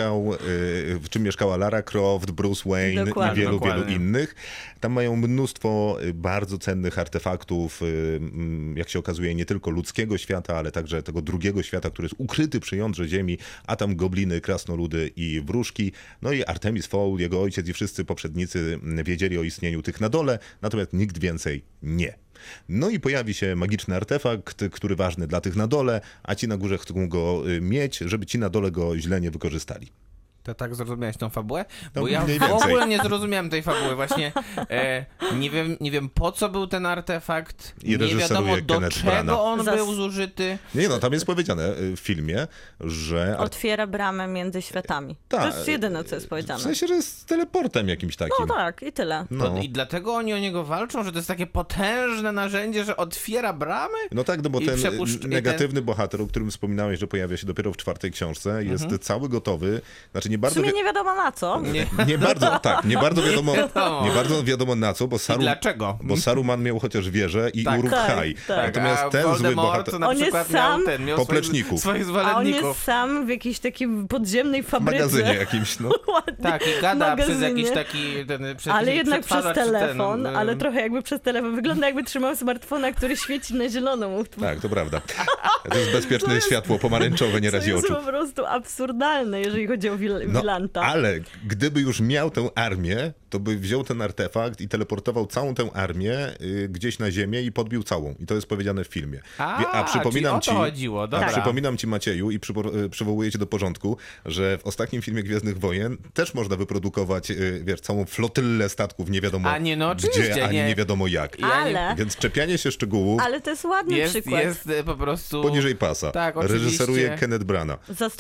w czym mieszkała Lara Croft, Bruce Wayne Dokładnie. i wielu Dokładnie. innych. Tam mają mnóstwo bardzo cennych artefaktów, jak się okazuje, nie tylko ludzkiego świata, ale także tego drugiego świata, który jest ukryty przy jądrze ziemi, a tam gobliny, krasnoludy i wróżki. No i Artemis Fowl, jego ojciec i wszyscy poprzednicy wiedzieli o istnieniu tych na dole, natomiast nikt więcej nie. No i pojawi się magiczny artefakt, który ważny dla tych na dole, a ci na górze chcą go mieć, żeby ci na dole go źle nie wykorzystali. To tak zrozumiałeś tą fabułę? No, Bo ja mniej w więcej. ogóle nie zrozumiałem tej fabuły. Właśnie nie wiem po co był ten artefakt. I Nie reżyseruje wiadomo do Kenneth czego Branagh. on był zużyty. Nie no, tam jest powiedziane w filmie, że... Otwiera bramę między światami. Tak. To jest jedyne, co jest W powiedziane. sensie, że jest teleportem jakimś takim. No tak, i tyle. No. I dlatego oni o niego walczą, że to jest takie potężne narzędzie, że otwiera bramy? No tak, no bo I ten przepuszcz- negatywny bohater, o którym wspominałeś, że pojawia się dopiero w 4. książce, jest cały gotowy. Znaczy nie W bardzo... sumie nie wiadomo na co. Nie bardzo wiadomo, wiadomo. nie bardzo wiadomo na co, bo I dlaczego? Bo Saruman miał chociaż wieżę i Tak. Uruk-hai. Tak. Natomiast A ten zły Voldemort bohater... na On jest przykład sam miał popleczników. swoich A on zwolenników. jest sam w jakiejś takiej podziemnej W fabryce. magazynie jakimś, no. Ładnie. Tak, i gada przez magazynie. jakiś taki... Przez Ale jakiś jednak przez przetwarzacz telefon, ten, ale trochę jakby przez telefon. Wygląda jakby trzymał smartfona, który świeci na zielono. Tak, to prawda. To jest bezpieczne światło pomarańczowe, nie To razi jest oczu. po prostu absurdalne, jeżeli chodzi o No, Wilanta. ale gdyby już miał tę armię, to by wziął ten artefakt i teleportował całą tę armię gdzieś na ziemię i podbił całą. I to jest powiedziane w filmie. przypominam ci, o to chodziło, dobra. Przypominam ci, Macieju, i przywołuję cię do porządku, że w ostatnim filmie Gwiezdnych Wojen też można wyprodukować, całą flotyllę statków, nie wiadomo A nie, no oczywiście, gdzie, ani nie. nie wiadomo jak. Ale, Więc czepianie się szczegółów ale to jest ładny przykład. Jest po prostu... poniżej pasa. Tak, oczywiście. Reżyseruje Kenneth Branagh. Za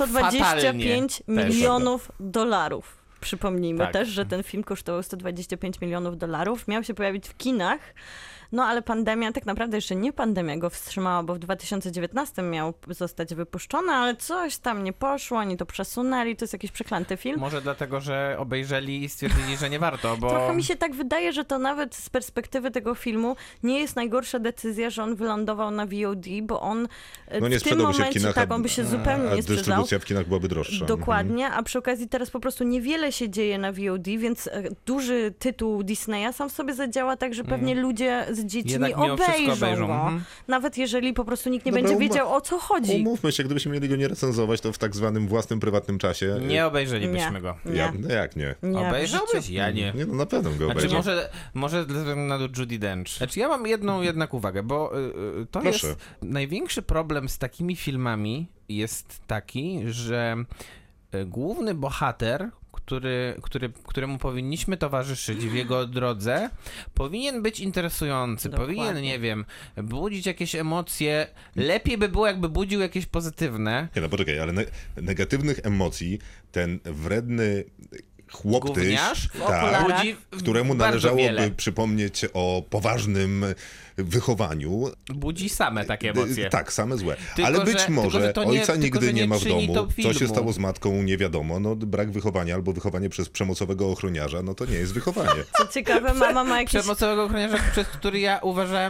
125 Fatalnie. milionów dolarów. Przypomnijmy Tak. też, że ten film kosztował 125 milionów dolarów. Miał się pojawić w kinach. No ale pandemia, tak naprawdę jeszcze nie pandemia go wstrzymała, bo w 2019 miał zostać wypuszczony, ale coś tam nie poszło, oni to przesunęli, to jest jakiś przeklęty film. Może dlatego, że obejrzeli i stwierdzili, że nie warto, bo... Trochę mi się tak wydaje, że to nawet z perspektywy tego filmu nie jest najgorsza decyzja, że on wylądował na VOD, bo on No nie w tym sprzedałby się w momencie, kinach, tak, on by się zupełnie a nie sprzedał. dystrybucja w kinach byłaby droższa. Dokładnie, a przy okazji teraz po prostu niewiele się dzieje na VOD, więc duży tytuł Disneya sam w sobie zadziała tak, że pewnie ludzie z dziećmi Jednak mimo wszystko obejrzą go. obejrzą. Nawet jeżeli po prostu nikt nie Dobra, będzie wiedział, o co chodzi. Umówmy się, gdybyśmy mieli go nie recenzować, to w tak zwanym własnym, prywatnym czasie. Nie obejrzelibyśmy Nie. go. No jak nie? Nie, Obejrzałbyś? Ja nie. Nie, no na pewno go Znaczy obejrzę. może ze względu na Judi Dench. Znaczy ja mam jedną jednak uwagę, bo to Proszę. jest największy problem z takimi filmami jest taki, że główny bohater, któremu powinniśmy towarzyszyć w jego drodze, powinien być interesujący, Dokładnie. powinien, nie wiem, budzić jakieś emocje. Lepiej by było, jakby budził jakieś pozytywne. Nie, no poczekaj, ale negatywnych emocji ten wredny chłoptyś, Gówniarz? tak, Budzi któremu bardzo należałoby wiele. przypomnieć o poważnym wychowaniu. Budzi same takie emocje. Tak, same złe. Tylko, Ale być że- może tylko, że to nie- ojca tylko, nigdy że nie nie ma w czyni domu. to Co się filmu. stało z matką, nie wiadomo. No brak wychowania albo wychowanie przez przemocowego ochroniarza, no to nie jest wychowanie. Co ciekawe, mama ma jakieś... Przemocowego ochroniarza, przez który ja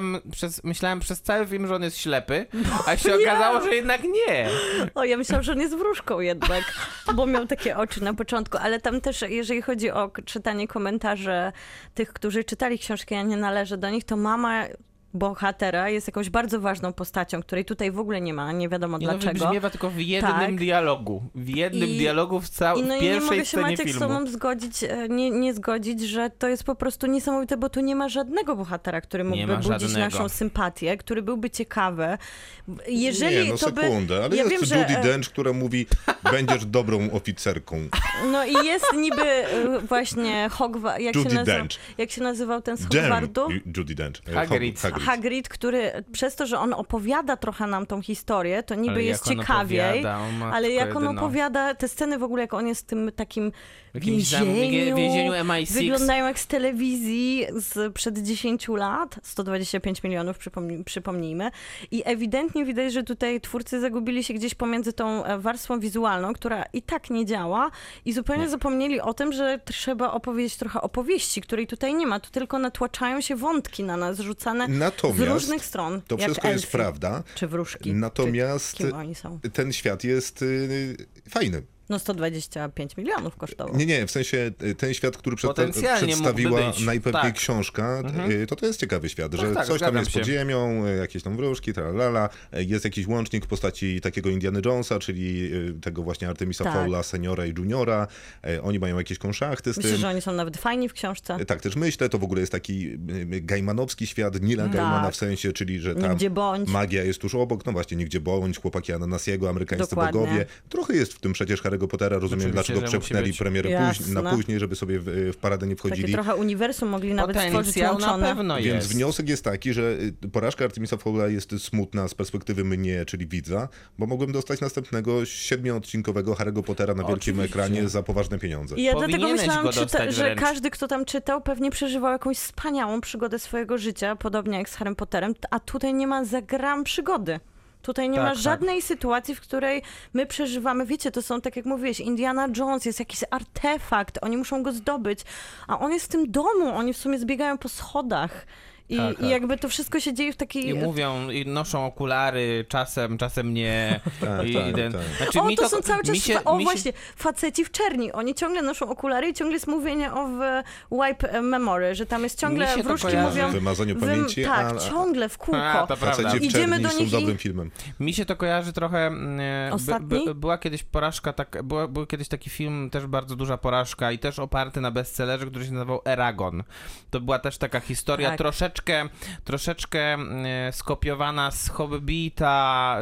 myślałem przez cały film, że on jest ślepy, a się okazało, że jednak nie. O, ja myślałam, że on jest wróżką jednak, bo miał takie oczy na początku, ale tam też, jeżeli chodzi o czytanie komentarzy tych, którzy czytali książkę, ja nie należę do nich, to mama bohatera jest jakąś bardzo ważną postacią, której tutaj w ogóle nie ma, nie wiadomo I no dlaczego. wybrzmiewa tylko w jednym Tak. dialogu. W jednym dialogu w No i nie pierwszej mogę się, scenie Maciek, z filmu. tobą zgodzić, nie zgodzić, że to jest po prostu niesamowite, bo tu nie ma żadnego bohatera, który Nie mógłby ma budzić żadnego. naszą sympatię, który byłby ciekawy. Jeżeli Nie, no to by... sekundę, ale ja jest wiem, że... Judi Dench, która mówi, będziesz dobrą oficerką. No i jest niby właśnie Hogwarts, Judi Dench. jak się nazywał ten z Damn, Hogwartu? Judy Dench. Hagrid. Hagrid, który przez to, że on opowiada trochę nam tą historię, to niby Ale jest jak on ciekawiej, opowiada, o matko ale jak on jedyna. opowiada, te sceny w ogóle, jak on jest w tym takim W jakimś więzieniu MI6. wyglądają jak z telewizji sprzed 10 lat, 125 milionów, przypomnijmy, i ewidentnie widać, że tutaj twórcy zagubili się gdzieś pomiędzy tą warstwą wizualną, która i tak nie działa, i zupełnie zapomnieli o tym, że trzeba opowiedzieć trochę opowieści, której tutaj nie ma. Tu tylko natłaczają się wątki na nas, rzucane z Natomiast różnych stron. to jak wszystko jest elfy, prawda. Czy wróżki. Natomiast Czy kim oni są? ten świat jest fajny. No 125 milionów kosztował. Nie, w sensie ten świat, który Potencjalnie przedstawiła mógłby być, najpewniej tak. książka, to jest ciekawy świat, że tak, coś tam zgadzam jest pod się. ziemią, jakieś tam wróżki, tralala, jest jakiś łącznik w postaci takiego Indiana Jonesa, czyli tego właśnie Artemisa Tak. Fowla, seniora i juniora. Oni mają jakieś konszachty z Myślę, tym. że oni są nawet fajni w książce. Tak też myślę, to w ogóle jest taki gaimanowski świat, Nila Gaimana Tak. w sensie, czyli że tam Nigdzie bądź. magia jest tuż obok, no właśnie, nigdzie bądź, chłopaki Ananasiego, amerykańscy Dokładnie. bogowie. Trochę jest w tym przecież Harry'ego Pottera, rozumiem Oczywiście, dlaczego że musi przepchnęli być. premierę Jasne. na później, żeby sobie w paradę nie Takie wchodzili. trochę uniwersum mogli nawet stworzyć Potencjał na łączone. pewno Więc jest. wniosek jest taki, że porażka Artemisa Fowla jest smutna z perspektywy mnie, czyli widza, bo mogłem dostać następnego 7-odcinkowego Harry'ego Pottera na wielkim Oczywiście. ekranie za poważne pieniądze. I ja dlatego Powinieneś myślałam, go dostać że wręcz. każdy, kto tam czytał, pewnie przeżywał jakąś wspaniałą przygodę swojego życia, podobnie jak z Harrym Potterem, a tutaj nie ma za gram przygody. Tutaj nie Tak, ma tak. żadnej sytuacji, w której my przeżywamy, wiecie, to są, tak jak mówiłeś, Indiana Jones, jest jakiś artefakt, oni muszą go zdobyć, a on jest w tym domu, oni w sumie zbiegają po schodach. Tak, I jakby to wszystko się dzieje w takiej... I mówią, i noszą okulary, czasem nie. Tak, I tak, ten, tak. Znaczy, O, mi to są cały czas, mi się- właśnie, faceci w czerni, oni ciągle noszą okulary i ciągle jest mówienie o wipe memory, że tam jest ciągle, Mi się to wróżki kojarzy. mówią... Wymazaniu pamięci, tak, a ciągle w kółko. A, to prawda. faceci w Idziemy czerni do są nich i- dobrym filmem. Mi się to kojarzy trochę. Ostatni? Była kiedyś porażka, był kiedyś taki film, też bardzo duża porażka i też oparty na bestsellerze, który się nazywał Eragon. To była też taka historia Tak. troszeczkę skopiowana z Hobbita,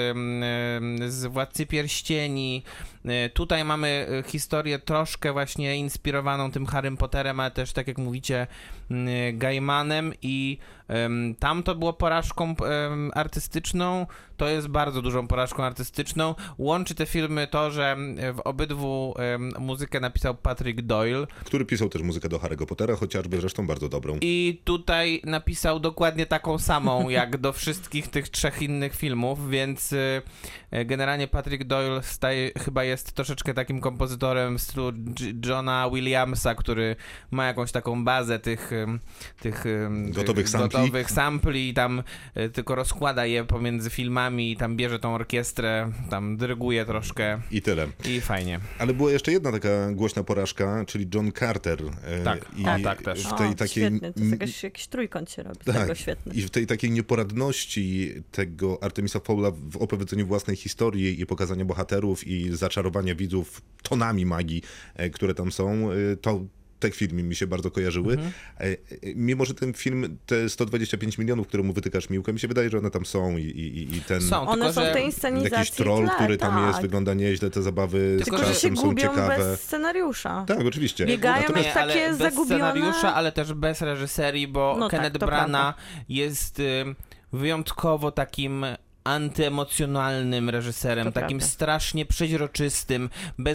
z Władcy Pierścieni. Tutaj mamy historię troszkę właśnie inspirowaną tym Harrym Potterem, ale też, tak jak mówicie, Gaimanem i tam to było porażką artystyczną, to jest bardzo dużą porażką artystyczną. Łączy te filmy to, że w obydwu muzykę napisał Patrick Doyle Który pisał też muzykę do Harry'ego Pottera, chociażby zresztą bardzo dobrą. i tutaj napisał dokładnie taką samą jak do wszystkich tych trzech innych filmów, więc generalnie Patrick Doyle chyba jest troszeczkę takim kompozytorem w stylu Johna Williamsa, który ma jakąś taką bazę tych Gotowych sampli. gotowych sampli i tam tylko rozkłada je pomiędzy filmami i tam bierze tą orkiestrę, tam dyryguje troszkę I tyle. i fajnie. Ale była jeszcze jedna taka głośna porażka, czyli John Carter. Tak, I tak też. w tej O, takiej... świetnie, to jest jakiś trójkąt się robi, Tak, tego świetny. i w tej takiej nieporadności tego Artemisa Fowla w opowiedzeniu własnej historii i pokazania bohaterów i zaczarowania widzów tonami magii, które tam są, to te filmy mi się bardzo kojarzyły. Mimo że ten film, te 125 milionów, które mu wytykasz Miłkę, mi się wydaje, że one tam są i ten... Są, One tylko są w że tej inscenizacji Jakiś troll, który tam jest, tak. wygląda nieźle, te zabawy Tylko, z że Tylko, że się czasem są gubią ciekawe. bez scenariusza. Tak, oczywiście. Biegają Natomiast- jak takie bez zagubione. scenariusza, ale też bez reżyserii, bo No tak, Kenneth to Branagh prawda. jest wyjątkowo takim antyemocjonalnym reżyserem, To takim prawda. strasznie przeźroczystym,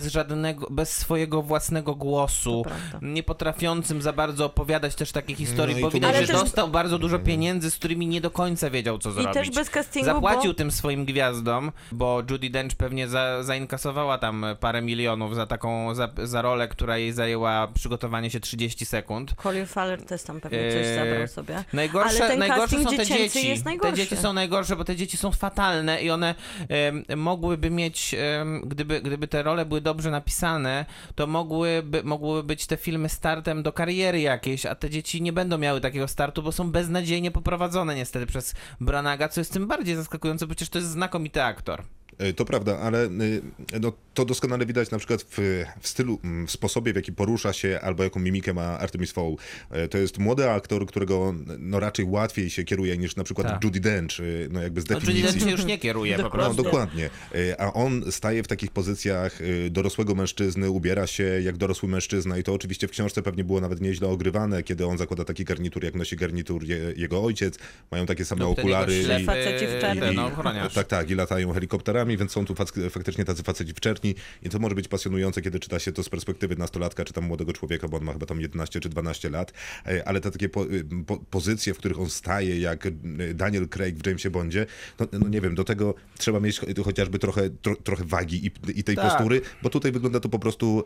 bez swojego własnego głosu, To prawda. nie potrafiącym za bardzo opowiadać też takie historii, No i bo tu widać, Ale że też- dostał bardzo dużo pieniędzy, z którymi nie do końca wiedział, co I zrobić. też bez castingu, Zapłacił bo... tym swoim gwiazdom, bo Judi Dench pewnie zainkasowała tam parę milionów za rolę, która jej zajęła przygotowanie się 30 sekund. Colin Farrell też tam pewnie coś zabrał sobie. Najgorsze, Ale ten najgorsze casting są te dziecięcy dzieci. jest Te najgorszy. dzieci są najgorsze, bo te dzieci są fatalne i one mogłyby mieć, gdyby te role były dobrze napisane, to mogłyby być te filmy startem do kariery jakiejś, a te dzieci nie będą miały takiego startu, bo są beznadziejnie poprowadzone niestety przez Branaga, co jest tym bardziej zaskakujące, bo przecież to jest znakomity aktor. To prawda, ale no, to doskonale widać na przykład w stylu, w sposobie, w jaki porusza się, albo jaką mimikę ma Artemis Fowl. To jest młody aktor, którego no, raczej łatwiej się kieruje niż na przykład Tak. Judi Dench, no jakby z Judi definicji. Dench się już nie kieruje po No, prostu. dokładnie. A on staje w takich pozycjach dorosłego mężczyzny, ubiera się jak dorosły mężczyzna i to oczywiście w książce pewnie było nawet nieźle ogrywane, kiedy on zakłada taki garnitur, jak nosi garnitur jego ojciec, mają takie same Lub ten okulary. jego ślepy, Faceci w czerni. no, ochroniarz. Tak, i latają helikopterami, więc są tu faktycznie tacy faceci w czerni i to może być pasjonujące, kiedy czyta się to z perspektywy nastolatka, czy tam młodego człowieka, bo on ma chyba tam 11 czy 12 lat, ale te takie pozycje, w których on staje, jak Daniel Craig w Jamesie Bondzie, no nie wiem, do tego trzeba mieć chociażby trochę wagi i tej Tak. postury, bo tutaj wygląda to po prostu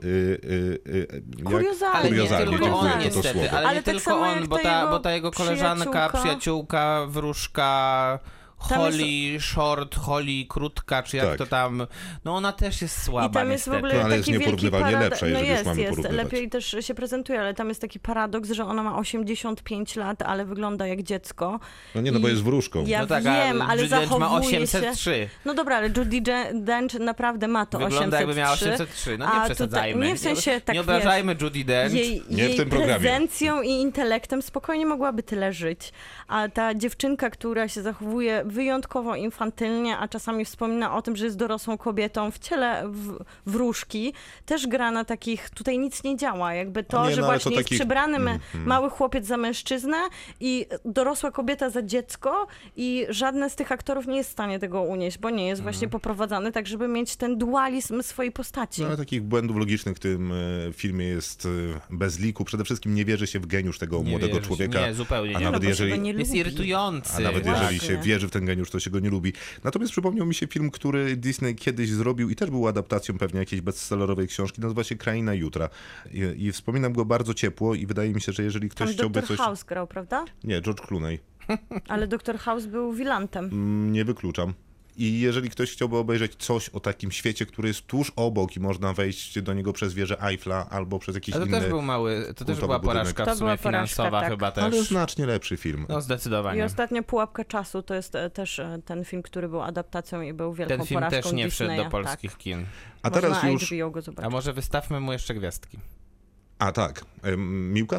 Kuriozalnie. Ale nie kuriozalnie, tylko dziękuję on za to niestety, słowo. ale Ale nie tak tylko samo on, jak bo ta jego koleżanka, przyjaciółka, wróżka, Holly Short, Holly Krótka, czy jak Tak. to tam, no ona też jest słaba I tam jest w niestety. ogóle ale jest taki wielki nieporównywalnie paradoks. lepsza, No jeżeli już jest, mamy jest. porównywać. Lepiej też się prezentuje, ale tam jest taki paradoks, że ona ma 85 lat, ale wygląda jak dziecko. No nie, no bo I jest wróżką. Ja No tak, wiem, a ale Judi Dench ma zachowuje się... 803. No dobra, ale Judi Dench naprawdę ma to Wygląda 803. jakby miała 803. No nie a przesadzajmy. Tutaj, nie w sensie tak, nie obrażajmy Judi Dench. Nie w tym programie. prezencją i intelektem spokojnie mogłaby tyle żyć. A ta dziewczynka, która się zachowuje wyjątkowo infantylnie, a czasami wspomina o tym, że jest dorosłą kobietą w ciele wróżki, też gra na takich, tutaj nic nie działa. Jakby to, Nie, że no, ale właśnie to jest taki- przebrany mały chłopiec za mężczyznę i dorosła kobieta za dziecko i żadne z tych aktorów nie jest w stanie tego unieść, bo nie jest właśnie poprowadzany tak, żeby mieć ten dualizm swojej postaci. No, ale takich błędów logicznych w tym filmie jest bez liku. Przede wszystkim nie wierzy się w geniusz tego Nie młodego wierzy się. człowieka. Nie, zupełnie A nie. nawet bo się jeżeli- go nie Jest lubi. irytujący. A nawet Właśnie. jeżeli się wierzy w ten geniusz, to się go nie lubi. Natomiast przypomniał mi się film, który Disney kiedyś zrobił i też był adaptacją pewnie jakiejś bestsellerowej książki. Nazywa się Kraina Jutra. I wspominam go bardzo ciepło i wydaje mi się, że jeżeli ktoś Tam chciałby Dr. coś... House grał, prawda? Nie, George Clooney. Ale Dr. House był wilantem. Nie wykluczam. I jeżeli ktoś chciałby obejrzeć coś o takim świecie, który jest tuż obok i można wejść do niego przez wieżę Eiffla albo przez jakiś Ale to inny... też był mały, to też kultowy była budynek. porażka To w była sumie porażka, finansowa tak. chyba też. Ale znacznie lepszy film. No I zdecydowanie. ostatnio Pułapka czasu to jest też ten film, który był adaptacją i był wielką Ten film porażką też nie wszedł do Disneya. polskich kin. A Tak. teraz Można już... HBO go A zobaczyć. może wystawmy mu jeszcze gwiazdki. A tak. Miłka?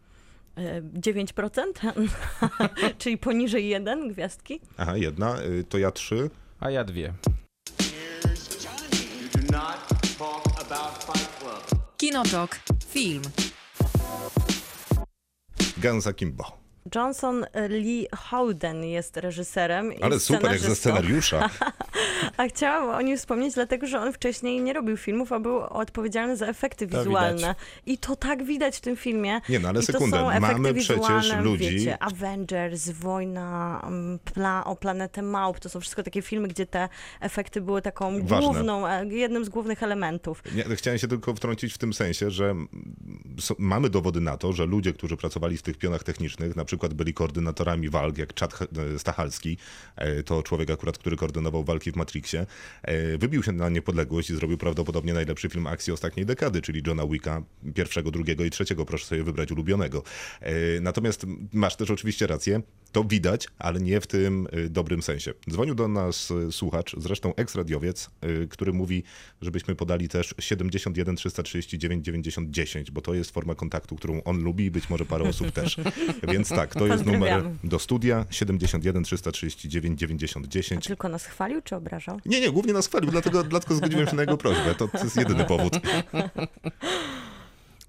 9%? Czyli poniżej 1 gwiazdki? Aha, jedna. To ja 3. A ja 2. You do not talk about Fight Club. Kinotok. Film. Gansa Kimbo. Johnson Lee Howden jest reżyserem i Ale super, jak ze scenarzystą. scenariusza. A chciałam o nim wspomnieć, dlatego że on wcześniej nie robił filmów, a był odpowiedzialny za efekty To wizualne. widać. I to tak widać w tym filmie. Nie, no ale I to sekundę, są efekty mamy przecież wizualne, ludzi- Wiecie, Avengers, Wojna o planetę Małp, to są wszystko takie filmy, gdzie te efekty były taką Ważne. główną, jednym z głównych elementów. Nie, chciałem się tylko wtrącić w tym sensie, że mamy dowody na to, że ludzie, którzy pracowali w tych pionach technicznych, na przykład byli koordynatorami walk, jak Chad Stahelski, to człowiek akurat, który koordynował walki w Matrixie, wybił się na niepodległość i zrobił prawdopodobnie najlepszy film akcji ostatniej dekady, czyli Johna Wicka, pierwszego, drugiego i trzeciego, proszę sobie wybrać ulubionego. Natomiast masz też oczywiście rację, to widać, ale nie w tym dobrym sensie. Dzwonił do nas słuchacz, zresztą eks-radiowiec, który mówi, żebyśmy podali też 71 339 90 10, bo to jest forma kontaktu, którą on lubi i być może parę osób też. Więc tak, to jest numer Pozdrawiamy. do studia 71 339 90 A 10. tylko nas chwalił czy obrażał? Nie, głównie nas chwalił, dlatego zgodziłem się na jego prośbę. To jest jedyny powód.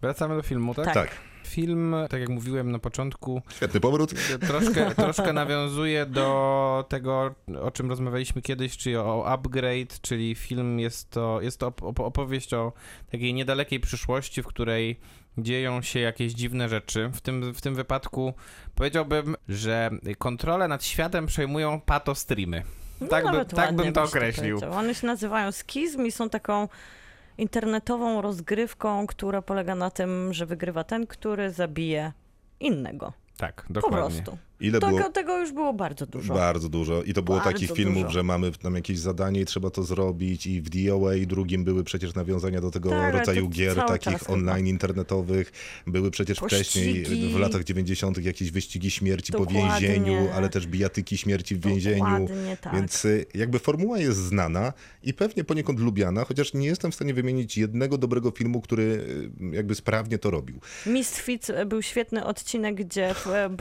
Wracamy do filmu, tak? Tak. Film, tak jak mówiłem na początku, Świetny powrót. troszkę nawiązuje do tego, o czym rozmawialiśmy kiedyś, czyli o Upgrade, czyli film jest to opowieść o takiej niedalekiej przyszłości, w której dzieją się jakieś dziwne rzeczy. W tym wypadku powiedziałbym, że kontrolę nad światem przejmują patostreamy. No, Tak bym to określił. One się nazywają Skizm i są taką internetową rozgrywką, która polega na tym, że wygrywa ten, który zabije innego. Tak, Po dokładnie. prostu. Ile było? Tego już było bardzo dużo. Bardzo dużo. I to było Bardzo takich filmów, dużo. że mamy tam jakieś zadanie i trzeba to zrobić. I w DOA drugim były przecież nawiązania do tego Tak, ale rodzaju to gier cały takich czas online internetowych. Były przecież Pościgi. wcześniej, w latach 90. jakieś wyścigi śmierci po Dokładnie. więzieniu, ale też bijatyki śmierci w więzieniu. Dokładnie tak. Więc jakby formuła jest znana i pewnie poniekąd lubiana, chociaż nie jestem w stanie wymienić jednego dobrego filmu, który jakby sprawnie to robił. Misfits był świetny odcinek, gdzie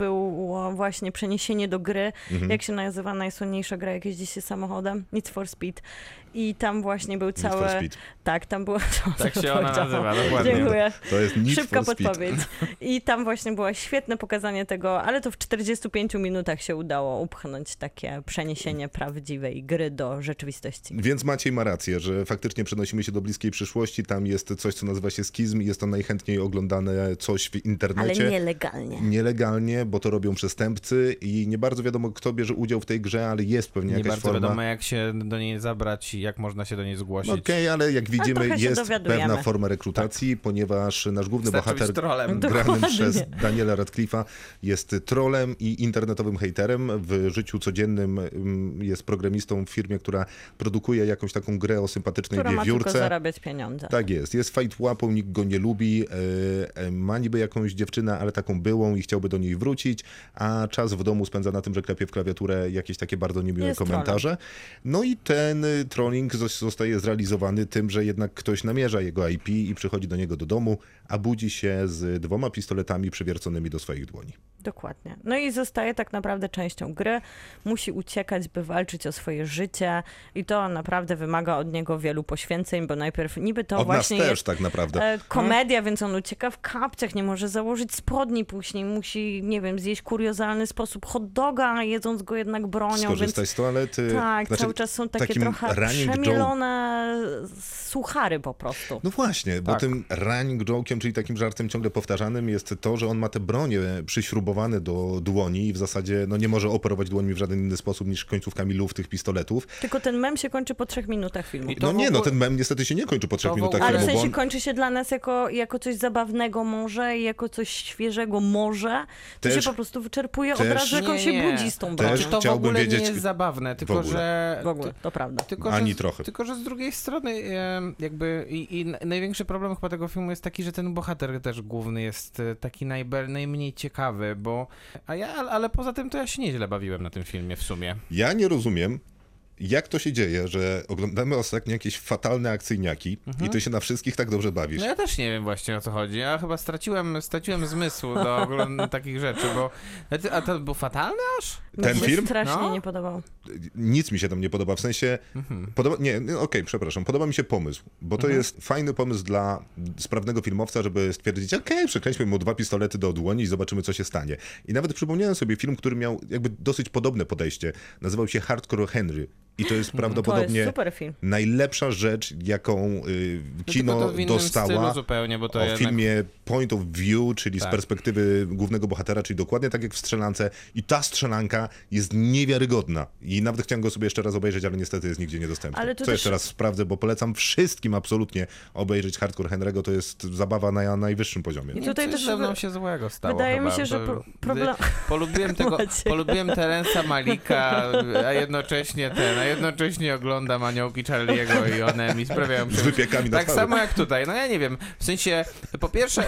było właśnie przeniesienie do gry. Jak się nazywa najsłynniejsza gra, jak jeździ się samochodem? Need for Speed. I tam właśnie był Need for cały... Speed. Tak, tam było... Tak się ona nazywa, dokładnie. Dziękuję. To jest Need Szybka for Speed. podpowiedź. I tam właśnie było świetne pokazanie tego, ale to w 45 minutach się udało upchnąć takie przeniesienie prawdziwej gry do rzeczywistości. Więc Maciej ma rację, że faktycznie przenosimy się do bliskiej przyszłości. Tam jest coś, co nazywa się skizm i jest to najchętniej oglądane coś w Ale internecie. nielegalnie. Nielegalnie, bo to robią przestępcy i nie bardzo wiadomo, kto bierze udział w tej grze, ale jest pewnie Nie jakaś bardzo forma. wiadomo, jak się do niej zabrać i jak można się do niej zgłosić. Okej, ale jak widzimy, trochę się jest dowiadujemy. pewna forma rekrutacji, ponieważ nasz główny Wystarczy bohater być trolem. granym Dokładnie. przez Daniela Radcliffe'a jest trolem i internetowym hejterem. W życiu codziennym jest programistą w firmie, która produkuje jakąś taką grę o sympatycznej Która ma tylko wiewiórce. zarabiać pieniądze. Tak jest fight łapą, nikt go nie lubi, ma niby jakąś dziewczynę, ale taką byłą i chciałby do niej wrócić, a czas w domu spędza na tym, że klepie w klawiaturę jakieś takie bardzo niemiłe Jest komentarze. No i ten trolling zostaje zrealizowany tym, że jednak ktoś namierza jego IP i przychodzi do niego do domu, a budzi się z 2 pistoletami przywierconymi do swoich dłoni. Dokładnie. No i zostaje tak naprawdę częścią gry. Musi uciekać, by walczyć o swoje życie i to naprawdę wymaga od niego wielu poświęceń, bo najpierw niby to Od nas właśnie też jest tak naprawdę. komedia, więc on ucieka w kapciach, nie może założyć spodni później, musi, nie wiem, zjeść kuriozalny sposób hot doga, jedząc go jednak bronią, Skorzystać więc z toalety. tak, Znaczy, cały czas są takie takim trochę running przemielone suchary po prostu. No właśnie, bo Tak. tym running joke'iem, czyli takim żartem ciągle powtarzanym jest to, że on ma te bronie przyśrubowane do dłoni i w zasadzie no, nie może operować dłońmi w żaden inny sposób niż końcówkami luf tych pistoletów. Tylko ten mem się kończy po 3 minutach filmu. I to No w nie, no ogóle- ten mem niestety się nie kończy po 3 to w minutach ogóle- Ale w filmu, bo sensie on kończy się dla nas jako coś zabawnego może i jako coś świeżego może. To Też- się po prostu wyczerpuje od też- razu, jak on się Nie. budzi z tą Też- bronią. Znaczy, to w chciałbym ogóle wiedzieć- nie jest zabawne, tylko ogóle. że... W ogóle, to prawda. Ani trochę. Tylko, że z drugiej strony jakby i największy problem chyba tego filmu jest taki, że ten bohater też główny jest taki najmniej ciekawy, bo ale poza tym to ja się nieźle bawiłem na tym filmie w sumie. Ja nie rozumiem, jak to się dzieje, że oglądamy ostatnio jakieś fatalne akcyjniaki i ty się na wszystkich tak dobrze bawisz. No ja też nie wiem właśnie o co chodzi. Ja chyba straciłem zmysł do oglądania takich rzeczy, bo... A to był fatalny aż? Ten Mi się film? strasznie No. nie podobał. Nic mi się tam nie podoba, w sensie przepraszam, podoba mi się pomysł, bo to jest fajny pomysł dla sprawnego filmowca, żeby stwierdzić, przekręćmy mu 2 pistolety do dłoni i zobaczymy, co się stanie. I nawet przypomniałem sobie film, który miał jakby dosyć podobne podejście. Nazywał się Hardcore Henry. I to jest To prawdopodobnie jest super film. najlepsza rzecz, jaką Tylko kino to w innym stylu dostała zupełnie, bo to o jednak... filmie Point of View, czyli z Tak. perspektywy głównego bohatera, czyli dokładnie tak jak w Strzelance. I ta strzelanka jest niewiarygodna. I nawet chciałem go sobie jeszcze raz obejrzeć, ale niestety jest nigdzie niedostępny. Ale tu Co też- jeszcze raz sprawdzę, bo polecam wszystkim absolutnie obejrzeć Hardcore Henry'ego. To jest zabawa na najwyższym poziomie. I tutaj Coś też ze mną się złego stało wydaje mi chyba, się, że bo- problem... Polubiłem Terensa Malika, a jednocześnie oglądam Aniołki Charlie'ego i one mi sprawiają Z wypiekami na Tak twarzy. samo jak tutaj. No ja nie wiem. W sensie, po pierwsze,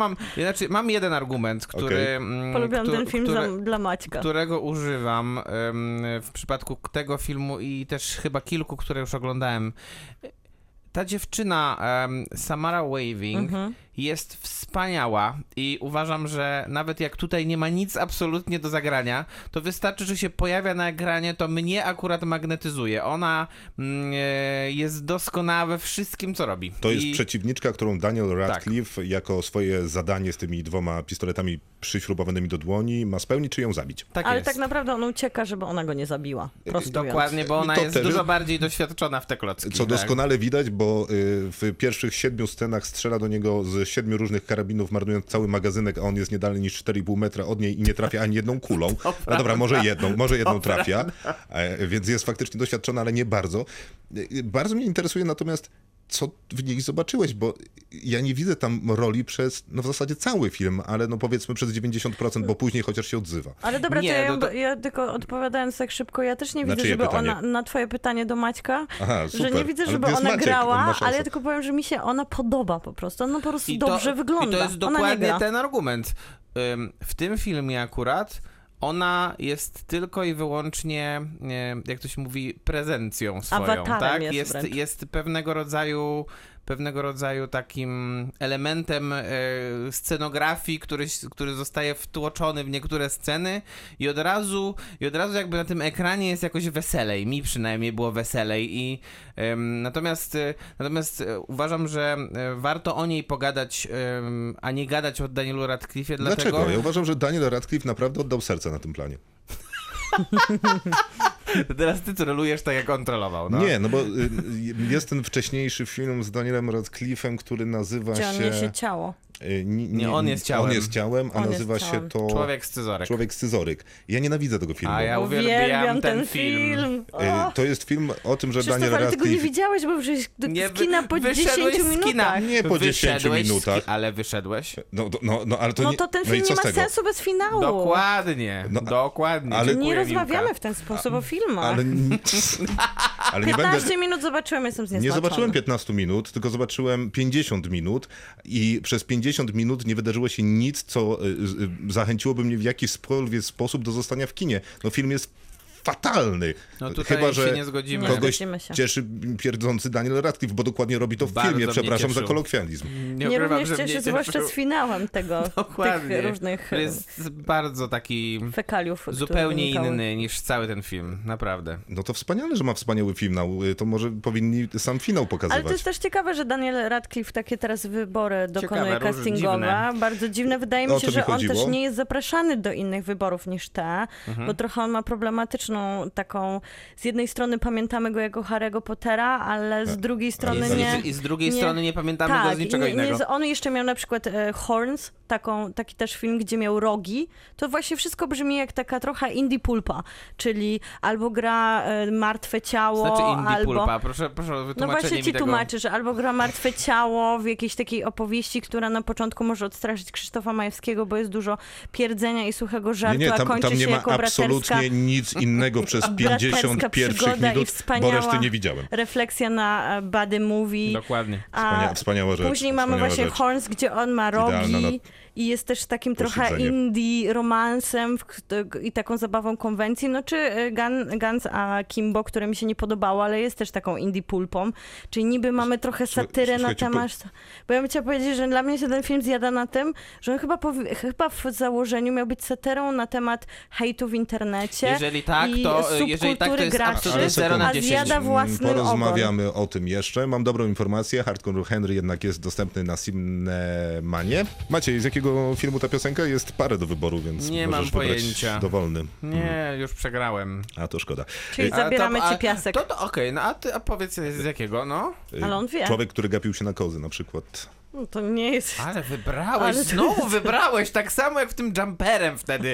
mam jeden argument, który... Okej. Polubiłam ten film dla Maćka. którego używam w przypadku tego filmu i też chyba kilku, które już oglądałem. ta dziewczyna, Samara Weaving, jest wspaniała i uważam, że nawet jak tutaj nie ma nic absolutnie do zagrania, to wystarczy, że się pojawia na ekranie, to mnie akurat magnetyzuje. Ona jest doskonała we wszystkim, co robi. To jest przeciwniczka, którą Daniel Radcliffe jako swoje zadanie z tymi 2 pistoletami przyśrubowanymi do dłoni ma spełnić, czy ją zabić. Tak Ale jest. tak naprawdę on ucieka, żeby ona go nie zabiła. Prostując. Dokładnie, bo ona To jest też dużo jest- bardziej doświadczona w te klocki. Co tak. doskonale widać, bo w pierwszych 7 scenach strzela do niego z 7 różnych karabinów, marnując cały magazynek, a on jest nie dalej niż 4,5 metra od niej i nie trafia ani jedną kulą. No dobra, może jedną trafia, więc jest faktycznie doświadczona, ale nie bardzo. Bardzo mnie interesuje natomiast, co w niej zobaczyłeś, bo ja nie widzę tam roli przez, no w zasadzie cały film, ale no powiedzmy przez 90%, bo później chociaż się odzywa. Ale dobra, Nie, to, no to- ja tylko odpowiadając tak szybko, ja też nie widzę, czyje żeby pytanie? ona, na twoje pytanie do Maćka, Aha, że super. nie widzę, Ale żeby to jest ona Maciek, on ma grała, szansę. ale ja tylko powiem, że mi się ona podoba po prostu. Ona po prostu dobrze wygląda. I to jest ona nie dokładnie gra. ten argument. W tym filmie akurat ona jest tylko i wyłącznie, jak to się mówi, prezencją swoją. Awatarem Tak? jest wręcz. Jest pewnego rodzaju takim elementem scenografii, który zostaje wtłoczony w niektóre sceny i od razu jakby na tym ekranie jest jakoś weselej. Mi przynajmniej było weselej i natomiast uważam, że warto o niej pogadać, a nie gadać o Danielu Radcliffe'ie, Dlaczego? dlatego... Ja uważam, że Daniel Radcliffe naprawdę oddał serce na tym planie. Teraz ty trolujesz tak, jak on trollował, no. Nie, no bo jest ten wcześniejszy film z Danielem Radcliffe'em, który nazywa Gdzie on się... niesie ciało. Nie, on jest ciałem. On jest ciałem, a On jest nazywa się ciałem. to... Człowiek scyzoryk. Człowiek scyzoryk. Ja nienawidzę tego filmu. A ja uwielbiam ten film. O, To jest film o tym, że Krzysztof, Daniel ale tego nie Radcliffe... widziałeś, bo przecież Nie, z kina po wyszedłeś 10 z kina. minutach. Nie po 10 Wyszedłeś z minutach. ale wyszedłeś? No, ale to No nie... to ten no i film co nie z ma tego? sensu bez finału. Dokładnie, No, dokładnie. ale- Dziękuję, Nie rozmawiamy Miłka. w ten sposób o filmach. Ale nie 15 będę... minut zobaczyłem, jestem zniesmaczony. Nie zobaczyłem 15 minut, tylko zobaczyłem 50 minut i przez 50 minut nie wydarzyło się nic, co zachęciłoby mnie w jakikolwiek sposób do zostania w kinie. No film jest fatalny. No tutaj Chyba, że się nie zgodzimy. Nie. kogoś Zgodzimy się. cieszy pierdzący Daniel Radcliffe, bo dokładnie robi to w Bardzo filmie. mnie Przepraszam za cieszył. kolokwializm. Nie ukrywam, również że cieszę, mnie zwłaszcza cieszył. z finałem tych Dokładnie. różnych To jest bardzo taki fekaliów, które zupełnie wynikały. inny niż cały ten film, naprawdę. No to wspaniale, że ma wspaniały finał. To może powinni sam finał pokazywać. Ale to jest też ciekawe, że Daniel Radcliffe takie teraz wybory dokonuje Ciekawe, castingowe. dziwne. Bardzo dziwne. Wydaje O mi się, to mi że on chodziło. też nie jest zapraszany do innych wyborów niż te, Mhm. bo trochę on ma problematyczną taką... Z jednej strony pamiętamy go jako Harry'ego Pottera, ale z drugiej strony Ale- nie... I z drugiej nie- strony nie pamiętamy go z niczego innego. On jeszcze miał na przykład Horns, taki też film, gdzie miał rogi. To właśnie wszystko brzmi jak taka trochę indie pulpa, czyli albo gra martwe ciało, Znaczy indie albo... pulpa, proszę o No wytłumaczenie właśnie mi ci tego. tłumaczę, że albo gra martwe ciało w jakiejś takiej opowieści, która na początku może odstraszyć Krzysztofa Majewskiego, bo jest dużo pierdzenia i suchego żartu, Nie, a kończy tam nie się ma jako braterska absolutnie nic innego przez 50 pierwszych przygoda i minut, bo wspaniała reszty nie widziałem. refleksja na buddy movie. Dokładnie. Wspaniała rzecz. Później mamy wspaniała właśnie rzecz. Horns, gdzie on ma Idealna rogi i jest też takim trochę posiedzenie. indie romansem i taką zabawą konwencji. No czy Guns a Kimbo, które mi się nie podobało, ale jest też taką indie pulpą. Czyli niby mamy trochę satyrę na słuchajcie, temat... Bo ja bym chciała powiedzieć, że dla mnie się ten film zjada na tym, że on chyba w założeniu miał być satyrą na temat hejtu w internecie. Jeżeli tak, i to jest subkultury graczy, absolutnie 0 na a 10. zjada własny ogon. Porozmawiamy o tym jeszcze. Mam dobrą informację. Hardcore Henry jednak jest dostępny na Cinemanie. Maciej, z jakiego filmu ta piosenka? Jest parę do wyboru, więc Nie możesz mam wybrać pojęcia. dowolny. Nie, już przegrałem. A to szkoda. Czyli zabieramy ci piasek. To okej, no a powiedz z jakiego, no? Ale on wie. Człowiek, który gapił się na kozy na przykład. No to nie jest... Ale wybrałeś, Ale to znowu wybrałeś, tak samo jak w tym Jumperem wtedy.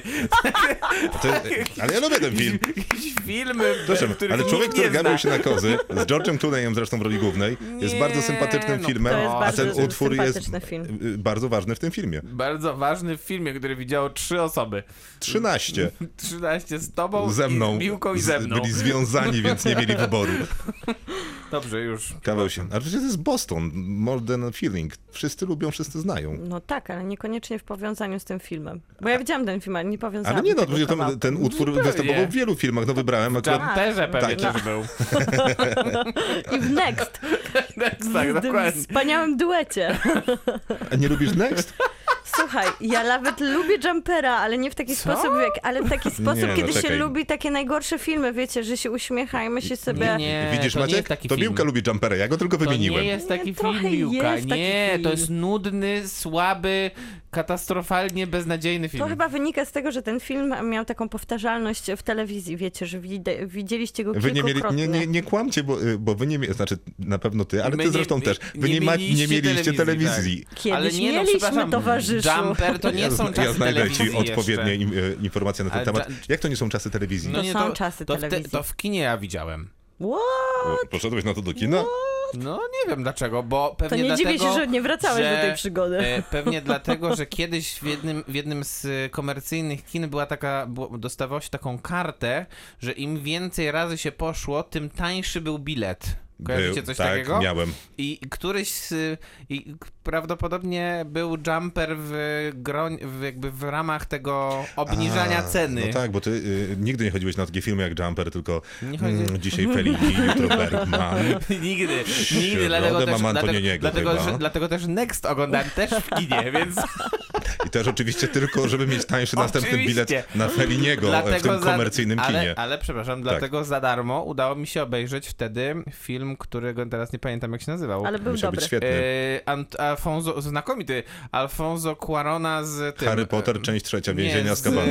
Ale ja lubię ten film. Jakieś filmy, Proszę, których ale człowiek, nikt który nie zna. gapił się na kozy, z George'em Clooneyem zresztą w roli głównej, jest Nie, bardzo sympatycznym no filmem, to jest a bardzo ten utwór jest sympatyczny film. bardzo ważny w tym filmie. Bardzo ważny w filmie, który widziało 3 osoby. 13 13 z tobą, ze mną. i z Miłką i ze mną. Byli związani, więc nie mieli wyboru. Dobrze, już. Kawał się. Ale przecież to jest Boston, More Than a Feeling. Wszyscy lubią, wszyscy znają. No tak, ale niekoniecznie w powiązaniu z tym filmem. Bo ja widziałam ten film, ale nie powiązałam Ale nie, no, tego przecież kawałka. ten utwór Zupełnie. występował w wielu filmach, no wybrałem akurat... Jumperze pewnie Tak. też był. I w Next. Tak, W tym dokładnie. wspaniałym duecie. A nie lubisz Next? Słuchaj, ja nawet lubię Jumpera, ale nie w taki sposób, ale w taki sposób, Nie, no kiedy się czekaj. lubi takie najgorsze filmy, wiecie, że się uśmiecha i myśli sobie... Nie, Widzisz, to nie Maciek? jest taki To film. Miłka lubi Jumpera, ja go tylko To wymieniłem. nie jest taki Nie, trochę film, Miłka. jest taki Nie, film. to jest nudny, słaby, katastrofalnie beznadziejny film. To chyba wynika z tego, że ten film miał taką powtarzalność w telewizji, wiecie, że widzieliście go Wy nie, mieli, kilkukrotnie. nie kłamcie, bo wy nie znaczy na pewno ty, ale My ty zresztą też. Wy nie mieliście telewizji. Kiedyś Ale nie, no, mieliśmy, przepraszam, towarzyszu. Jumper to nie są czasy Ja znajdę telewizji ci odpowiednie jeszcze. informacje na ten Ale temat. Jak to nie są czasy telewizji? To są czasy telewizji. To w kinie ja widziałem. What? Poszedłeś na to do kina? No nie wiem dlaczego, bo pewnie To nie dlatego, dziwię się, że nie wracałeś do tej przygody. Pewnie dlatego, że kiedyś w jednym z komercyjnych kin dostawało się taką kartę, że im więcej razy się poszło, tym tańszy był bilet. Kojarzycie coś tak, takiego? miałem. I prawdopodobnie był Jumper jakby w ramach tego obniżania ceny. No tak, bo ty nigdy nie chodziłeś na takie filmy jak Jumper, tylko Nie chodzi- dzisiaj Fellini, jutro Bergman. Nigdy, Środę mam Antonioniego chyba. dlatego też Next oglądałem też w kinie, więc I też oczywiście tylko, żeby mieć tańszy następny Oczywiście. bilet na Felliniego w tym komercyjnym kinie. Ale przepraszam, dlatego za darmo udało mi się obejrzeć wtedy film, którego teraz nie pamiętam jak się nazywał. Ale był Musiał dobry. być świetny. Alfonso, znakomity, Alfonso Cuarona z tym... Harry Potter, część trzecia, Więzienia nie, z Kabanu.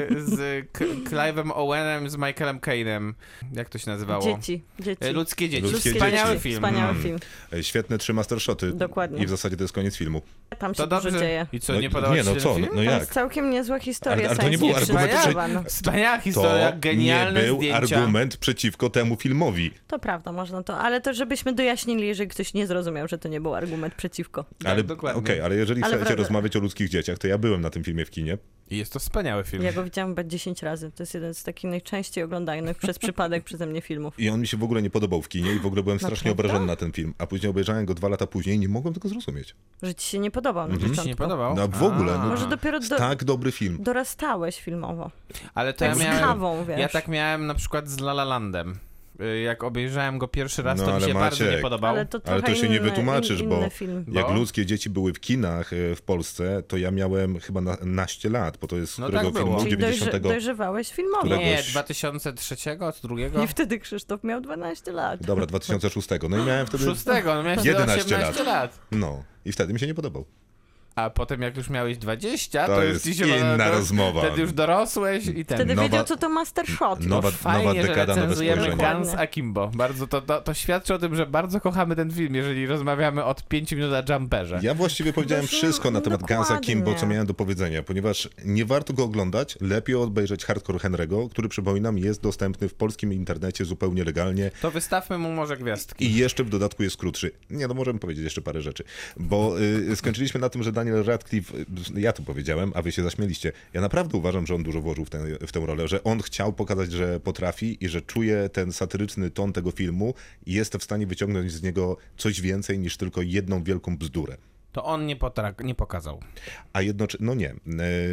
z Clive'em Owenem, z Michaelem Caine'em. Jak to się nazywało? Dzieci. Ludzkie dzieci. Ludzkie Wspaniały dzieci. film. Wspaniały film. Świetne 3 mastershoty. Dokładnie. I w zasadzie to jest koniec filmu. Tam się To dużo dobrze. dzieje. I co, No, nie podobał nie, ci no się co, ten film? no To jak? jest całkiem niezła historia. Ale to nie był science argument fictionowa, no. Wspaniała To historia, nie genialne był zdjęcia. argument przeciwko temu filmowi. To prawda, można to, ale to żebyśmy dojaśnili, jeżeli ktoś nie zrozumiał, że to nie był argument przeciwko. Ale dokładnie. okej, ale jeżeli Ale chcecie prawda- rozmawiać o ludzkich dzieciach, to ja byłem na tym filmie w kinie. I jest to wspaniały film. Ja go widziałam chyba 10 razy. To jest jeden z takich najczęściej oglądanych przez przypadek przeze mnie filmów. I on mi się w ogóle nie podobał w kinie i w ogóle byłem strasznie Naprawdę? obrażony na ten film. A później obejrzałem go 2 lata później i nie mogłem tego zrozumieć. Że ci się nie podobał na Ci się początku. nie podobał? No w ogóle, no. Może dopiero Tak dobry film. dorastałeś filmowo. Ale to Tak ja z miałem... kawą, wiesz. Ja tak miałem na przykład z La La Landem. Jak obejrzałem go pierwszy raz, No, to mi ale się bardzo nie Maciek, podobał. Ale to trochę Ale to się nie inny, wytłumaczysz, inny bo film. jak Bo? ludzkie dzieci były w kinach w Polsce, to ja miałem chyba naście lat, bo to jest z No którego tak było. filmu? Czyli 90. dojrzewałeś filmowo. któregoś- Nie, 2003 czy drugiego? I wtedy Krzysztof miał 12 lat. Dobra, 2006. No i miałem wtedy... 6, no miałem wtedy 11 18 lat. No. I wtedy mi się nie podobał. A potem jak już miałeś 20, To to jest już ci się inna to- rozmowa. Wtedy już dorosłeś i ten. Wtedy Nowa- wiedział, co to Master Shot. No. nowa Fajnie, że dekada, nowe recenzujemy spojrzenie. Guns Akimbo. Bardzo to świadczy o tym, że bardzo kochamy ten film, jeżeli rozmawiamy od 5 minut o Jumperze. Ja właściwie powiedziałem Właśnie, wszystko na temat Gunsa dokładnie. Kimbo, co miałem do powiedzenia, ponieważ nie warto go oglądać, lepiej obejrzeć Hardcore Henry'ego, który, przypominam, jest dostępny w polskim internecie zupełnie legalnie To wystawmy mu może gwiazdki. i jeszcze w dodatku jest krótszy. Nie, no możemy powiedzieć jeszcze parę rzeczy, bo skończyliśmy na tym, że Daniel Radcliffe, ja to powiedziałem, a wy się zaśmieliście. Ja naprawdę uważam, że on dużo włożył w tę rolę, że on chciał pokazać, że potrafi i że czuje ten satyryczny ton tego filmu i jest w stanie wyciągnąć z niego coś więcej niż tylko jedną wielką bzdurę. To on nie pokazał. A jednocześnie, no nie,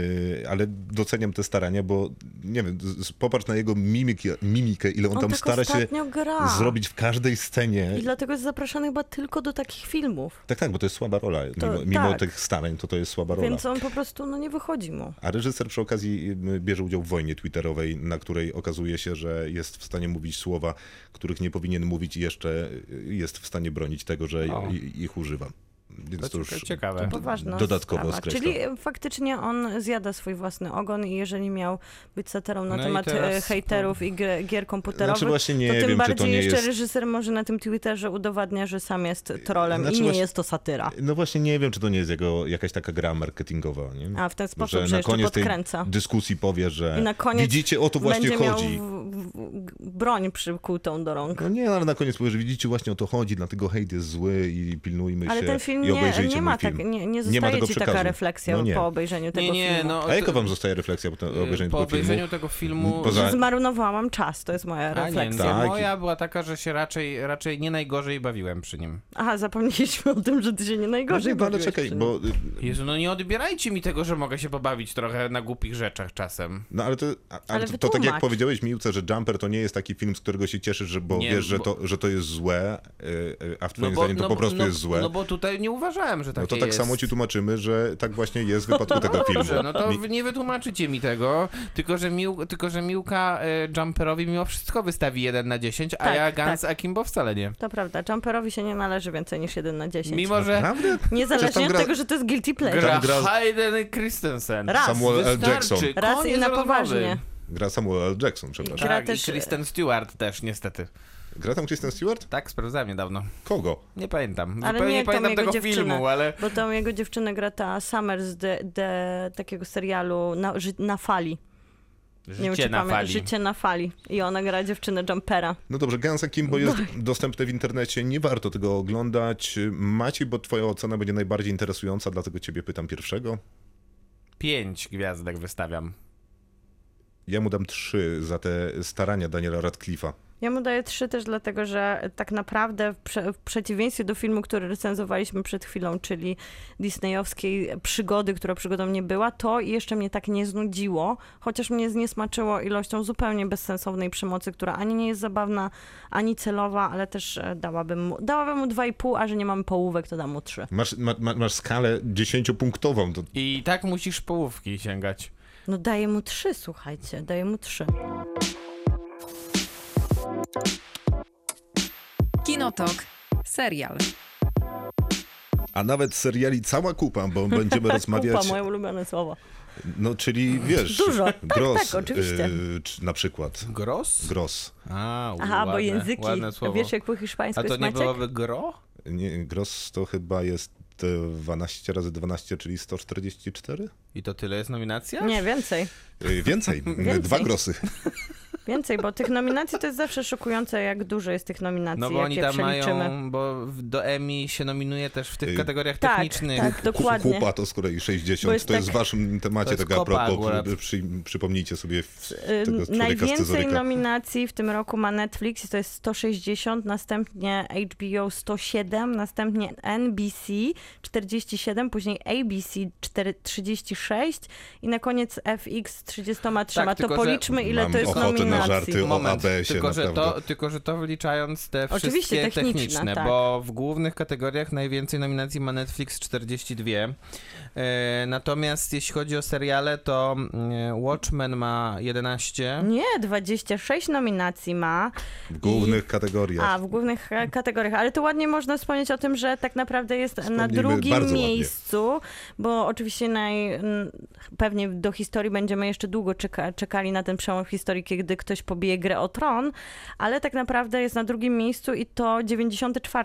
ale doceniam te starania, bo nie wiem, popatrz na jego mimikę, ile on tam tak stara się ostatnio gra. zrobić w każdej scenie. I dlatego jest zapraszany chyba tylko do takich filmów. Tak, bo to jest słaba rola. Mimo tak. tych starań, to jest słaba rola. Więc on po prostu nie wychodzi mu. A reżyser przy okazji bierze udział w wojnie twitterowej, na której okazuje się, że jest w stanie mówić słowa, których nie powinien mówić i jeszcze jest w stanie bronić tego, że ich używa. Więc to już ciekawe. Poważna dodatkowo sprawa. skreśla. Czyli faktycznie on zjada swój własny ogon i jeżeli miał być satyrą na No i temat teraz hejterów i gier komputerowych, Znaczy właśnie nie to tym wiem, czy bardziej to nie jeszcze jest... reżyser może na tym Twitterze udowadnia, że sam jest trolem Znaczy i nie właśnie- jest to satyra. No właśnie nie wiem, czy to nie jest jego jakaś taka gra marketingowa, nie? A w ten sposób, że że na jeszcze koniec tej podkręca. dyskusji powie, że I na koniec widzicie, o to właśnie będzie miał chodzi. broń przykutą do rąk. No nie, ale na koniec powie, że widzicie, właśnie o to chodzi, dlatego hejt jest zły i pilnujmy Ale się. ten film i obejrzyjcie nie mój ma film. tak, nie ma zostaje tego ci taka przekazu. refleksja No nie. po obejrzeniu tego filmu. No, A jaka wam zostaje refleksja po obejrzeniu po tego filmu? obejrzeniu tego filmu... Poza- Że zmarnowałam czas, to jest moja A nie, refleksja. Tak. moja była taka, że się raczej nie najgorzej bawiłem przy nim. Aha, zapomnieliśmy o tym, że ty się nie No najgorzej nie, ale bawiłeś czekaj, przy nim. bo... Jezu, no nie odbierajcie mi tego, że mogę się pobawić trochę na głupich rzeczach czasem. No ale Ale to tak jak wytłumacz. powiedziałeś, Miłce, że Jumper to nie jest taki film, z którego się cieszysz, bo Nie, wiesz, bo- że to jest złe, a w twoim zdaniem to po prostu jest złe. No bo tutaj nie uważałem, że takie No to tak jest. samo ci tłumaczymy, że tak właśnie jest w wypadku tego filmu. Dobrze, no to wy nie wytłumaczycie mi tego, tylko że Miłka Jumperowi mimo wszystko wystawi 1 na 10, a Tak, ja Guns Akimbo wcale nie. To prawda, Jumperowi się nie należy więcej niż 1 na 10. Mimo, że Prawda? Przecież Niezależnie tam od gra- tego, że to jest guilty pleasure. gra gra- Hayden Christensen. Raz. Samuel L. Wystarczy, Jackson. Raz koniec i na rozmowy. poważnie. Gra Samuel L. Jackson, przepraszam. Gra Tak, też- i Kristen Stewart też niestety. Gra tam Kristen Stewart? Tak, sprawdzałem niedawno. Kogo? Nie pamiętam. Ale Zupełnie nie nie tą pamiętam jego tego dziewczynę. filmu, ale... Bo tą jego dziewczynę gra ta Summer z takiego serialu na fali. Nie wiem, Życie czy na fali. Życie na fali. I ona gra dziewczynę Jumpera. No dobrze, Guns Akimbo jest dostępny w internecie, nie warto tego oglądać. Maciej, bo twoja ocena będzie najbardziej interesująca, dlatego ciebie pytam pierwszego. 5 gwiazdek wystawiam. Ja mu dam 3 za te starania Daniela Radcliffe'a. Ja mu daję 3 też dlatego, że tak naprawdę w przeciwieństwie do filmu, który recenzowaliśmy przed chwilą, czyli disneyowskiej przygody, która przygodą nie była, to jeszcze mnie tak nie znudziło, chociaż mnie zniesmaczyło ilością zupełnie bezsensownej przemocy, która ani nie jest zabawna, ani celowa, ale też dałabym mu 2,5, a że nie mamy połówek, to dam mu 3. Masz skalę 10-punktową. To... I tak musisz połówki sięgać. No daję mu 3, słuchajcie, daję mu 3. Kinotok. Serial. A nawet seriali cała kupa, bo będziemy rozmawiać... Kupa, moje ulubione słowo. No czyli wiesz... Dużo. Tak, Gross, tak, oczywiście. Czy na przykład. Gross? Gross. A, Aha, ładne, bo języki. Ładne słowo. Wiesz, jak po hiszpańsku A to jest nie Maciek? byłoby gro? Nie, gross to chyba jest 12 razy 12, czyli 144? I to tyle jest nominacja? Nie, więcej. Więcej. Więcej. 2 grosy. Więcej, bo tych nominacji to jest zawsze szokujące, jak dużo jest tych nominacji, No bo jak oni je tam przeliczymy. mają, bo do Emmy się nominuje też w tych kategoriach tak, technicznych. tak. Dokładnie. Kupa to z kolei 60. Bo jest To jest tak- w waszym temacie to jest tego a kopa propos. akurat. Przypomnijcie sobie tego człowieka z Najwięcej scyzoryka. nominacji w tym roku ma Netflix, to jest 160, następnie HBO 107, następnie NBC 47, później ABC 36 i na koniec FX 33. Tak, to tylko, że policzmy, ile Mam to jest ochotę na nominacji. żarty o Moment, ABS-ie, naprawdę. tylko, że to wliczając te Oczywiście wszystkie techniczne, tak. bo w głównych kategoriach najwięcej nominacji ma Netflix 42. Natomiast jeśli chodzi o seriale, to Watchmen ma 11. Nie, 26 nominacji ma. W głównych kategoriach. A, w głównych kategoriach, ale to ładnie można wspomnieć o tym, że tak naprawdę jest na Wspomnijmy drugim bardzo ładnie. miejscu, bo oczywiście pewnie do historii będziemy jeszcze długo czekali na ten przełom w historii, kiedy ktoś pobije Grę o Tron, ale tak naprawdę jest na drugim miejscu i to 94.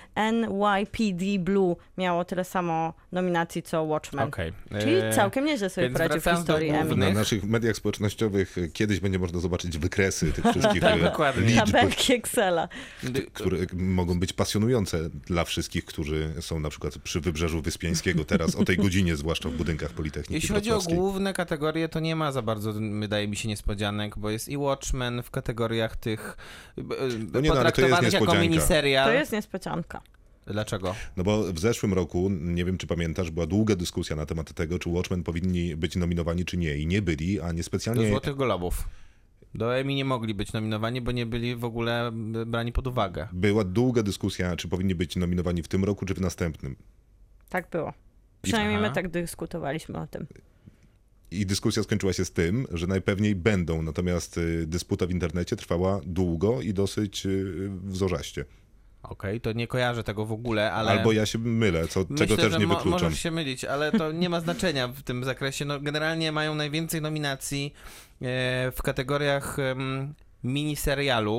NYPD Blue miało tyle samo nominacji co Watchmen. Okej. Czyli całkiem nieźle sobie więc poradził w wracając do historii Emmy. głównych. Na naszych mediach społecznościowych kiedyś będzie można zobaczyć wykresy tych wszystkich Dokładnie. liczb, Tabelki Excela. które mogą być pasjonujące dla wszystkich, którzy są na przykład przy Wybrzeżu Wyspiańskiego teraz o tej godzinie, zwłaszcza w budynkach Politechniki Jeśli chodzi o Wrocławskiej. główne kategorie, to nie ma za bardzo, wydaje mi się, niespodzianek, bo jest i Watchmen w kategoriach tych No nie, no, ale to jest potraktowanych jako niespodzianka. miniserial. To jest niespodzianka. Dlaczego? No bo w zeszłym roku, nie wiem czy pamiętasz, była długa dyskusja na temat tego, czy Watchmen powinni być nominowani, czy nie. I nie byli, a Do niespecjalnie... Złotych Globów. Do Emmy nie mogli być nominowani, bo nie byli w ogóle brani pod uwagę. Była długa dyskusja, czy powinni być nominowani w tym roku, czy w następnym. Tak było. Przynajmniej Aha. my tak dyskutowaliśmy o tym. I dyskusja skończyła się z tym, że najpewniej będą, natomiast dysputa w internecie trwała długo i dosyć wzorzaście. Okej, to nie kojarzę tego w ogóle, ale... Albo ja się mylę, czego Myślę, też że nie wykluczam. możesz się mylić, ale to nie ma znaczenia w tym zakresie. No, generalnie mają najwięcej nominacji w kategoriach miniserialu,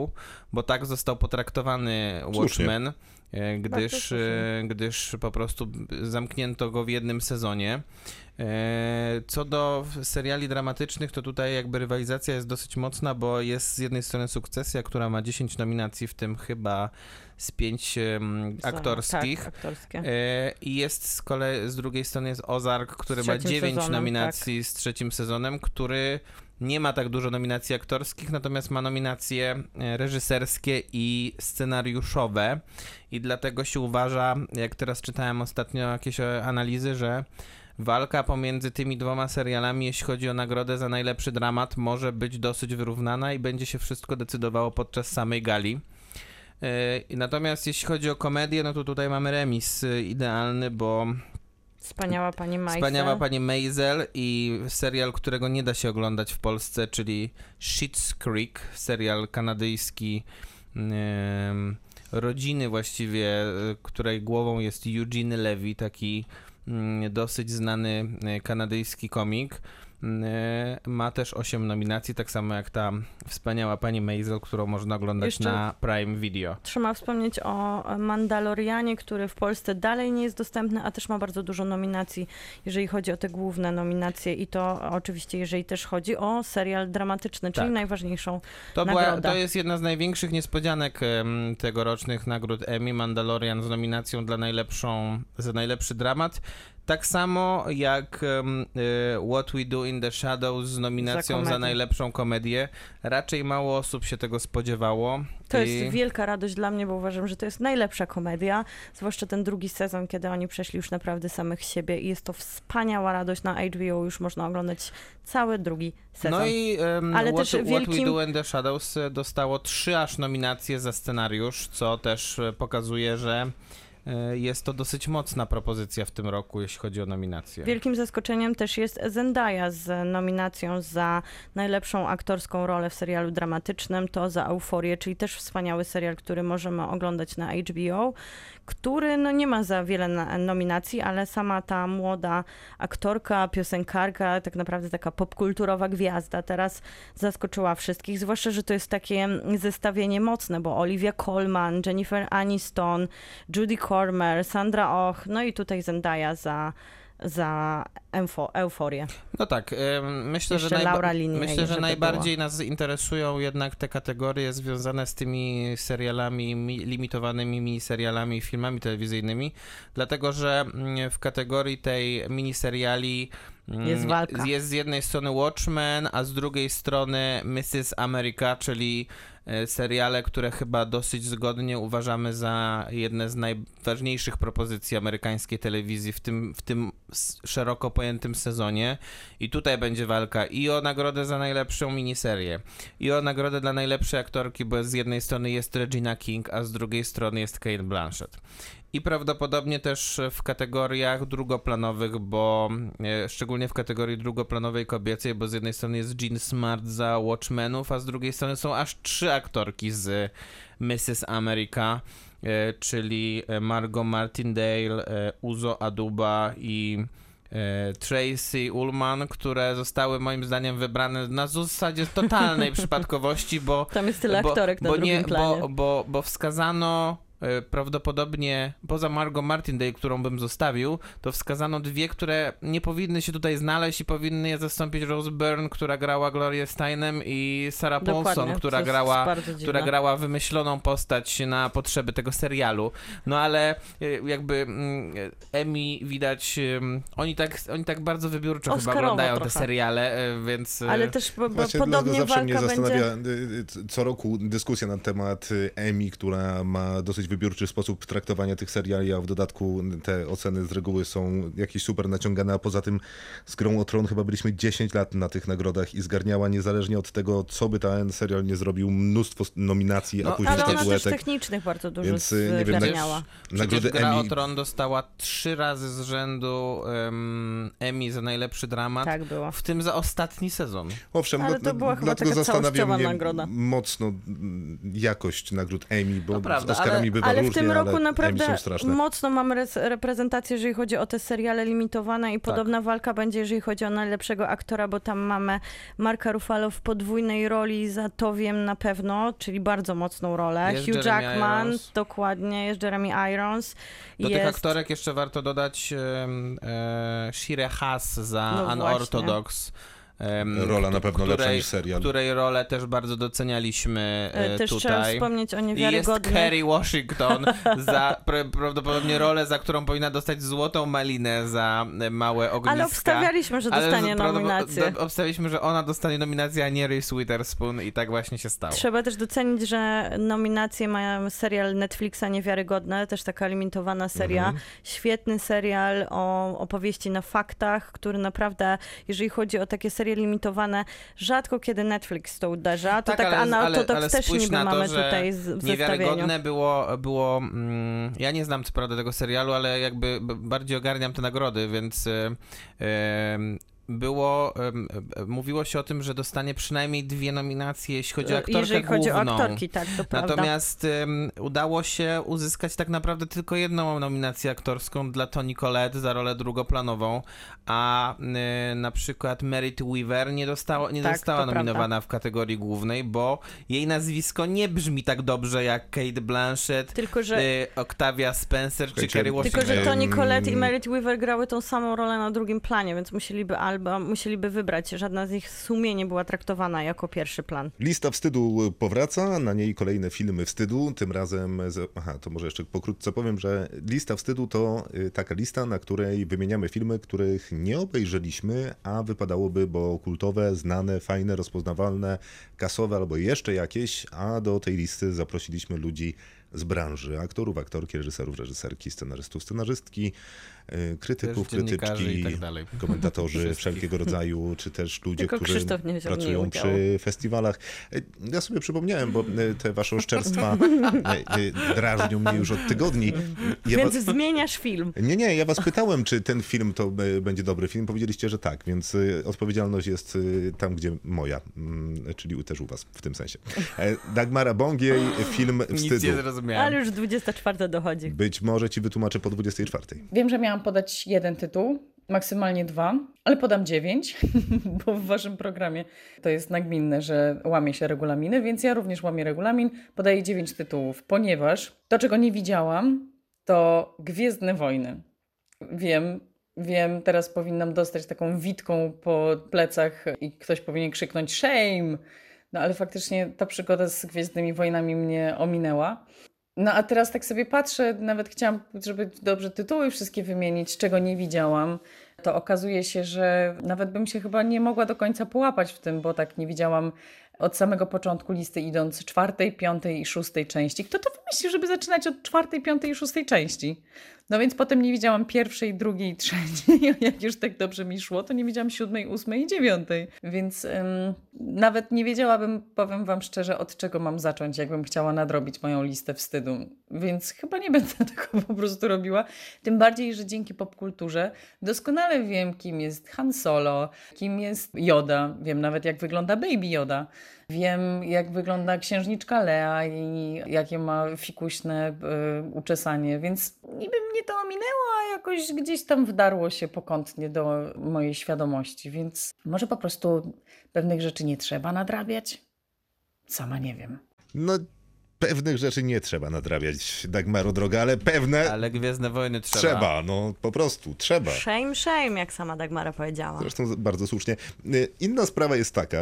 bo tak został potraktowany Słusznie. Watchmen, Bardzo słusznie. gdyż po prostu zamknięto go w jednym sezonie. Co do seriali dramatycznych, to tutaj jakby rywalizacja jest dosyć mocna, bo jest z jednej strony Sukcesja, która ma 10 nominacji, w tym chyba z 5 aktorskich. Tak, aktorskie. I jest z drugiej strony jest Ozark, który ma trzecim 9 sezonem, nominacji z trzecim sezonem, który nie ma tak dużo nominacji aktorskich, natomiast ma nominacje reżyserskie i scenariuszowe i dlatego się uważa, jak teraz czytałem ostatnio jakieś analizy, że walka pomiędzy tymi dwoma serialami, jeśli chodzi o nagrodę za najlepszy dramat, może być dosyć wyrównana i będzie się wszystko decydowało podczas samej gali. Natomiast jeśli chodzi o komedię, no to tutaj mamy remis idealny, bo Wspaniała pani Maisel i serial, którego nie da się oglądać w Polsce, czyli Schitt's Creek, serial kanadyjski rodziny właściwie, której głową jest Eugene Levy, taki dosyć znany kanadyjski komik. Ma też 8 nominacji, tak samo jak ta wspaniała pani Maisel, którą można oglądać Jeszcze na Prime Video. Trzeba wspomnieć o Mandalorianie, który w Polsce dalej nie jest dostępny, a też ma bardzo dużo nominacji, jeżeli chodzi o te główne nominacje i to oczywiście, jeżeli też chodzi o serial dramatyczny, czyli Tak. najważniejszą nagrodę. To jest jedna z największych niespodzianek tegorocznych nagród Emmy, Mandalorian z nominacją za najlepszy dramat. Tak samo jak What We Do in the Shadows z nominacją za najlepszą komedię. Raczej mało osób się tego spodziewało. To jest wielka radość dla mnie, bo uważam, że to jest najlepsza komedia, zwłaszcza ten drugi sezon, kiedy oni przeszli już naprawdę samych siebie i jest to wspaniała radość. Na HBO już można oglądać cały drugi sezon. No i Ale What też We Do in the Shadows dostało 3 aż nominacje za scenariusz, co też pokazuje, że jest to dosyć mocna propozycja w tym roku, jeśli chodzi o nominacje. Wielkim zaskoczeniem też jest Zendaya z nominacją za najlepszą aktorską rolę w serialu dramatycznym, to za Euforię, czyli też wspaniały serial, który możemy oglądać na HBO, który no nie ma za wiele nominacji, ale sama ta młoda aktorka, piosenkarka, tak naprawdę taka popkulturowa gwiazda teraz zaskoczyła wszystkich, zwłaszcza, że to jest takie zestawienie mocne, bo Olivia Colman, Jennifer Aniston, Judy Comer, Sandra Oh, no i tutaj Zendaya za Euforię. No tak, myślę, że najbardziej nas interesują jednak te kategorie związane z tymi serialami, limitowanymi miniserialami i filmami telewizyjnymi, dlatego że w kategorii tej miniseriali jest walka. Jest z jednej strony Watchmen, a z drugiej strony Mrs. America, czyli seriale, które chyba dosyć zgodnie uważamy za jedne z najważniejszych propozycji amerykańskiej telewizji w tym szeroko pojętym sezonie. I tutaj będzie walka i o nagrodę za najlepszą miniserię, i o nagrodę dla najlepszej aktorki, bo z jednej strony jest Regina King, a z drugiej strony jest Cate Blanchett. I prawdopodobnie też w kategoriach drugoplanowych, bo szczególnie w kategorii drugoplanowej kobiecej, bo z jednej strony jest Jean Smart za Watchmenów, a z drugiej strony są aż 3 aktorki z Mrs. America, czyli Margot Martindale, Uzo Aduba i Tracy Ullman, które zostały moim zdaniem wybrane na zasadzie totalnej przypadkowości, bo tam jest tyle aktorek na drugim planie. Bo wskazano prawdopodobnie, poza Margot Martindale, którą bym zostawił, to wskazano 2, które nie powinny się tutaj znaleźć i powinny je zastąpić Rose Byrne, która grała Glorię Steinem, i Sarah Paulson, która grała wymyśloną postać na potrzeby tego serialu. No ale jakby Emmy widać, oni tak bardzo wybiórczo chyba oglądają te seriale, więc... Ale też zawsze podobnie walka mnie zastanawia będzie... co roku dyskusja na temat Emmy, która ma dosyć wybiórczy sposób traktowania tych seriali, a w dodatku te oceny z reguły są jakieś super naciągane, a poza tym z Grą o Tron chyba byliśmy 10 lat na tych nagrodach i zgarniała niezależnie od tego, co by ten serial nie zrobił, mnóstwo nominacji, a później ale ona statuetek. też technicznych bardzo dużo Więc nie wiem, nagrody Gra o Tron dostała 3 razy z rzędu Emmy za najlepszy dramat, tak było. w tym za ostatni sezon. Owszem, ale to była dlatego zastanawia mnie nagroda. mocno jakość nagród Emmy, bo prawda, z Oscarami bywa Ale różnie, w tym roku ale naprawdę Emmy są straszne. mocno mamy reprezentację, jeżeli chodzi o te seriale limitowane i podobna walka będzie, jeżeli chodzi o najlepszego aktora, bo tam mamy Marka Ruffalo w podwójnej roli za Towiem na pewno, czyli bardzo mocną rolę. Jest Hugh Jeremy Jackman, Irons. dokładnie, jest Jeremy Irons. Do tych jest... aktorek jeszcze warto dodać Shire Haas za No Unorthodox. Rola na pewno lepsza niż serial. Której rolę też bardzo docenialiśmy Też trzeba tutaj. wspomnieć o I jest niewiarygodnych... Kerry Washington za prawdopodobnie rolę, za którą powinna dostać złotą malinę za małe ogniska. Ale obstawialiśmy, że dostanie nominację. Obstawialiśmy, że ona dostanie nominację, a nie Reese Witherspoon i tak właśnie się stało. Trzeba też docenić, że nominację ma serial Netflixa Niewiarygodne, też taka limitowana seria. Świetny serial o opowieści na faktach, który naprawdę, jeżeli chodzi o takie serie limitowane, rzadko kiedy Netflix to uderza. To tak Unorthodox też niby na to, mamy że tutaj w zestawieniu. Niewiarygodne było ja nie znam co prawda tego serialu, ale jakby bardziej ogarniam te nagrody, więc mówiło się o tym, że dostanie przynajmniej 2 nominacje, jeśli chodzi o aktorkę jeżeli główną. chodzi o aktorki, tak, to prawda. Natomiast udało się uzyskać tak naprawdę tylko jedną nominację aktorską dla Toni Collette za rolę drugoplanową, a na przykład Merit Weaver nie została nominowana w kategorii głównej, bo jej nazwisko nie brzmi tak dobrze jak Cate Blanchett, Tylko, że... Octavia Spencer czy Kerry Washington. Tylko, że Toni Collette i Merit Weaver grały tą samą rolę na drugim planie, więc musieliby wybrać. Żadna z nich w sumie nie była traktowana jako pierwszy plan. Lista wstydu powraca, na niej kolejne filmy wstydu, tym razem, to może jeszcze pokrótce powiem, że lista wstydu to taka lista, na której wymieniamy filmy, których nie obejrzeliśmy, a wypadałoby, bo kultowe, znane, fajne, rozpoznawalne, kasowe albo jeszcze jakieś, a do tej listy zaprosiliśmy ludzi z branży, aktorów, aktorki, reżyserów, reżyserki, scenarzystów, scenarzystki, krytyków, krytyczki, i tak dalej. komentatorzy wszelkiego rodzaju, czy też ludzie, Tylko którzy Krzysztof nie wziął pracują udziału. przy festiwalach. Ja sobie przypomniałem, bo te wasze oszczerstwa drażnią mnie już od tygodni. Więc zmieniasz film. Nie, ja was pytałem, czy ten film to będzie dobry film. Powiedzieliście, że tak, więc odpowiedzialność jest tam, gdzie moja, czyli też u was w tym sensie. Dagmara Bągiej, film wstydu. Nic nie zrozumiałem. Ale już 24 dochodzi. Być może ci wytłumaczę po 24. Wiem, że miałam podać 1 tytuł, maksymalnie 2, ale podam 9, bo w waszym programie to jest nagminne, że łamie się regulaminy, więc ja również łamię regulamin, podaję 9 tytułów, ponieważ to, czego nie widziałam, to Gwiezdne Wojny. Wiem, teraz powinnam dostać taką witką po plecach i ktoś powinien krzyknąć shame, no ale faktycznie ta przygoda z Gwiezdnymi Wojnami mnie ominęła. No a teraz tak sobie patrzę, nawet chciałam, żeby dobrze tytuły wszystkie wymienić, czego nie widziałam, to okazuje się, że nawet bym się chyba nie mogła do końca połapać w tym, bo tak nie widziałam od samego początku listy, idąc 4., 5. i 6. części. Kto to wymyślił, żeby zaczynać od 4., 5. i 6. części? No więc potem nie widziałam 1., 2. i 3. Jak już tak dobrze mi szło, to nie widziałam 7., 8. i 9. Więc nawet nie wiedziałabym, powiem wam szczerze, od czego mam zacząć, jakbym chciała nadrobić moją listę wstydu. Więc chyba nie będę tego po prostu robiła. Tym bardziej, że dzięki popkulturze doskonale wiem, kim jest Han Solo, kim jest Yoda. Wiem nawet, jak wygląda Baby Yoda. Wiem, jak wygląda księżniczka Lea i jakie ma fikuśne uczesanie, więc niby mnie to ominęło, a jakoś gdzieś tam wdarło się pokątnie do mojej świadomości, więc może po prostu pewnych rzeczy nie trzeba nadrabiać? Sama nie wiem. No, pewnych rzeczy nie trzeba nadrabiać, Dagmaro droga, ale pewne Ale Gwiezdne Wojny trzeba. trzeba, no po prostu trzeba. Shame, jak sama Dagmara powiedziała. Zresztą bardzo słusznie. Inna sprawa jest taka,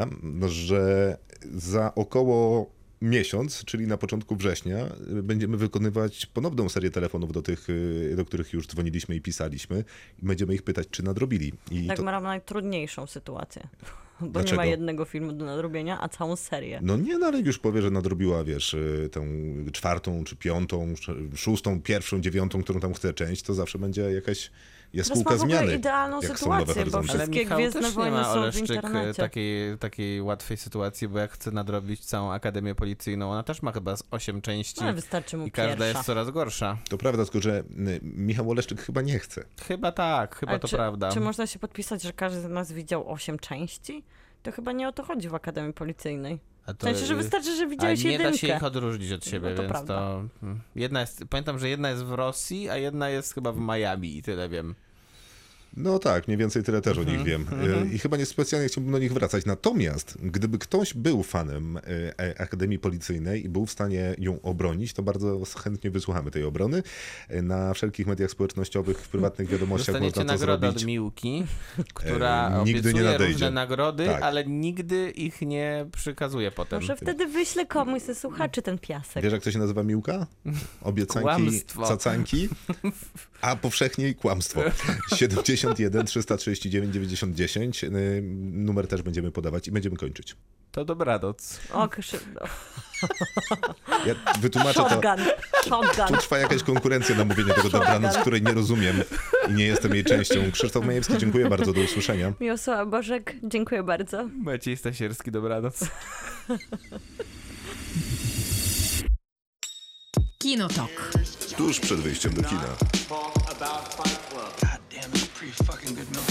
że za około miesiąc, czyli na początku września, będziemy wykonywać ponowną serię telefonów do tych, do których już dzwoniliśmy i pisaliśmy i będziemy ich pytać, czy nadrobili. I Dagmara ma najtrudniejszą sytuację, bo Dlaczego? nie ma jednego filmu do nadrobienia, a całą serię. No nie, no ale już powie, że nadrobiła, wiesz, tę 4., czy 5., 6., 1., 9., którą tam chce część, to zawsze będzie jakaś jaskółka Teraz ma w ogóle zmiany. idealną jak są nowe sytuację, bo horyzonty. Ale wszystkie Michał Gwiezdne też nie Wojny ma, są w Oleszczyk, internecie. takiej łatwej sytuacji, bo jak chce nadrobić całą Akademię Policyjną, ona też ma chyba z 8 części Ale wystarczy mu i każda pierwsza. jest coraz gorsza. To prawda, tylko że Michał Oleszczyk chyba nie chce. Chyba tak, chyba Ale to czy, prawda. Czy można się podpisać, że każdy z nas widział 8 części? To chyba nie o to chodzi w Akademii Policyjnej. W sensie, że wystarczy, że widziałeś nie jedynkę. da się ich odróżnić od siebie, No to więc prawda. to... Pamiętam, że jedna jest w Rosji, a jedna jest chyba w Miami i tyle wiem. No tak, mniej więcej tyle też o nich wiem. I chyba niespecjalnie chciałbym do nich wracać. Natomiast gdyby ktoś był fanem Akademii Policyjnej i był w stanie ją obronić, to bardzo chętnie wysłuchamy tej obrony. Na wszelkich mediach społecznościowych, w prywatnych wiadomościach Dostaniecie można to nagrodę zrobić. od Miłki, która Nigdy nie obiecuje nadejdzie. różne nagrody, Tak. ale nigdy ich nie przekazuje potem. Może wtedy wyślę komuś ze słuchaczy ten piasek. Wiesz, jak to się nazywa Miłka? Obiecanki, Kłamstwo. cacanki, a powszechniej kłamstwo. 71 339 9010. Numer też będziemy podawać i będziemy kończyć. To dobranoc. O, krzywdo. Ja wytłumaczę to. Shotgun. Tu trwa jakaś konkurencja na mówienie tego dobranoc, której nie rozumiem i nie jestem jej częścią. Krzysztof Majewski, dziękuję bardzo, do usłyszenia. Miłosława Bożek, dziękuję bardzo. Maciej Stasierski, dobranoc. Kinotok. Tuż przed wyjściem do kina. Talk about Fight Club. Damn, it's a pretty fucking good movie.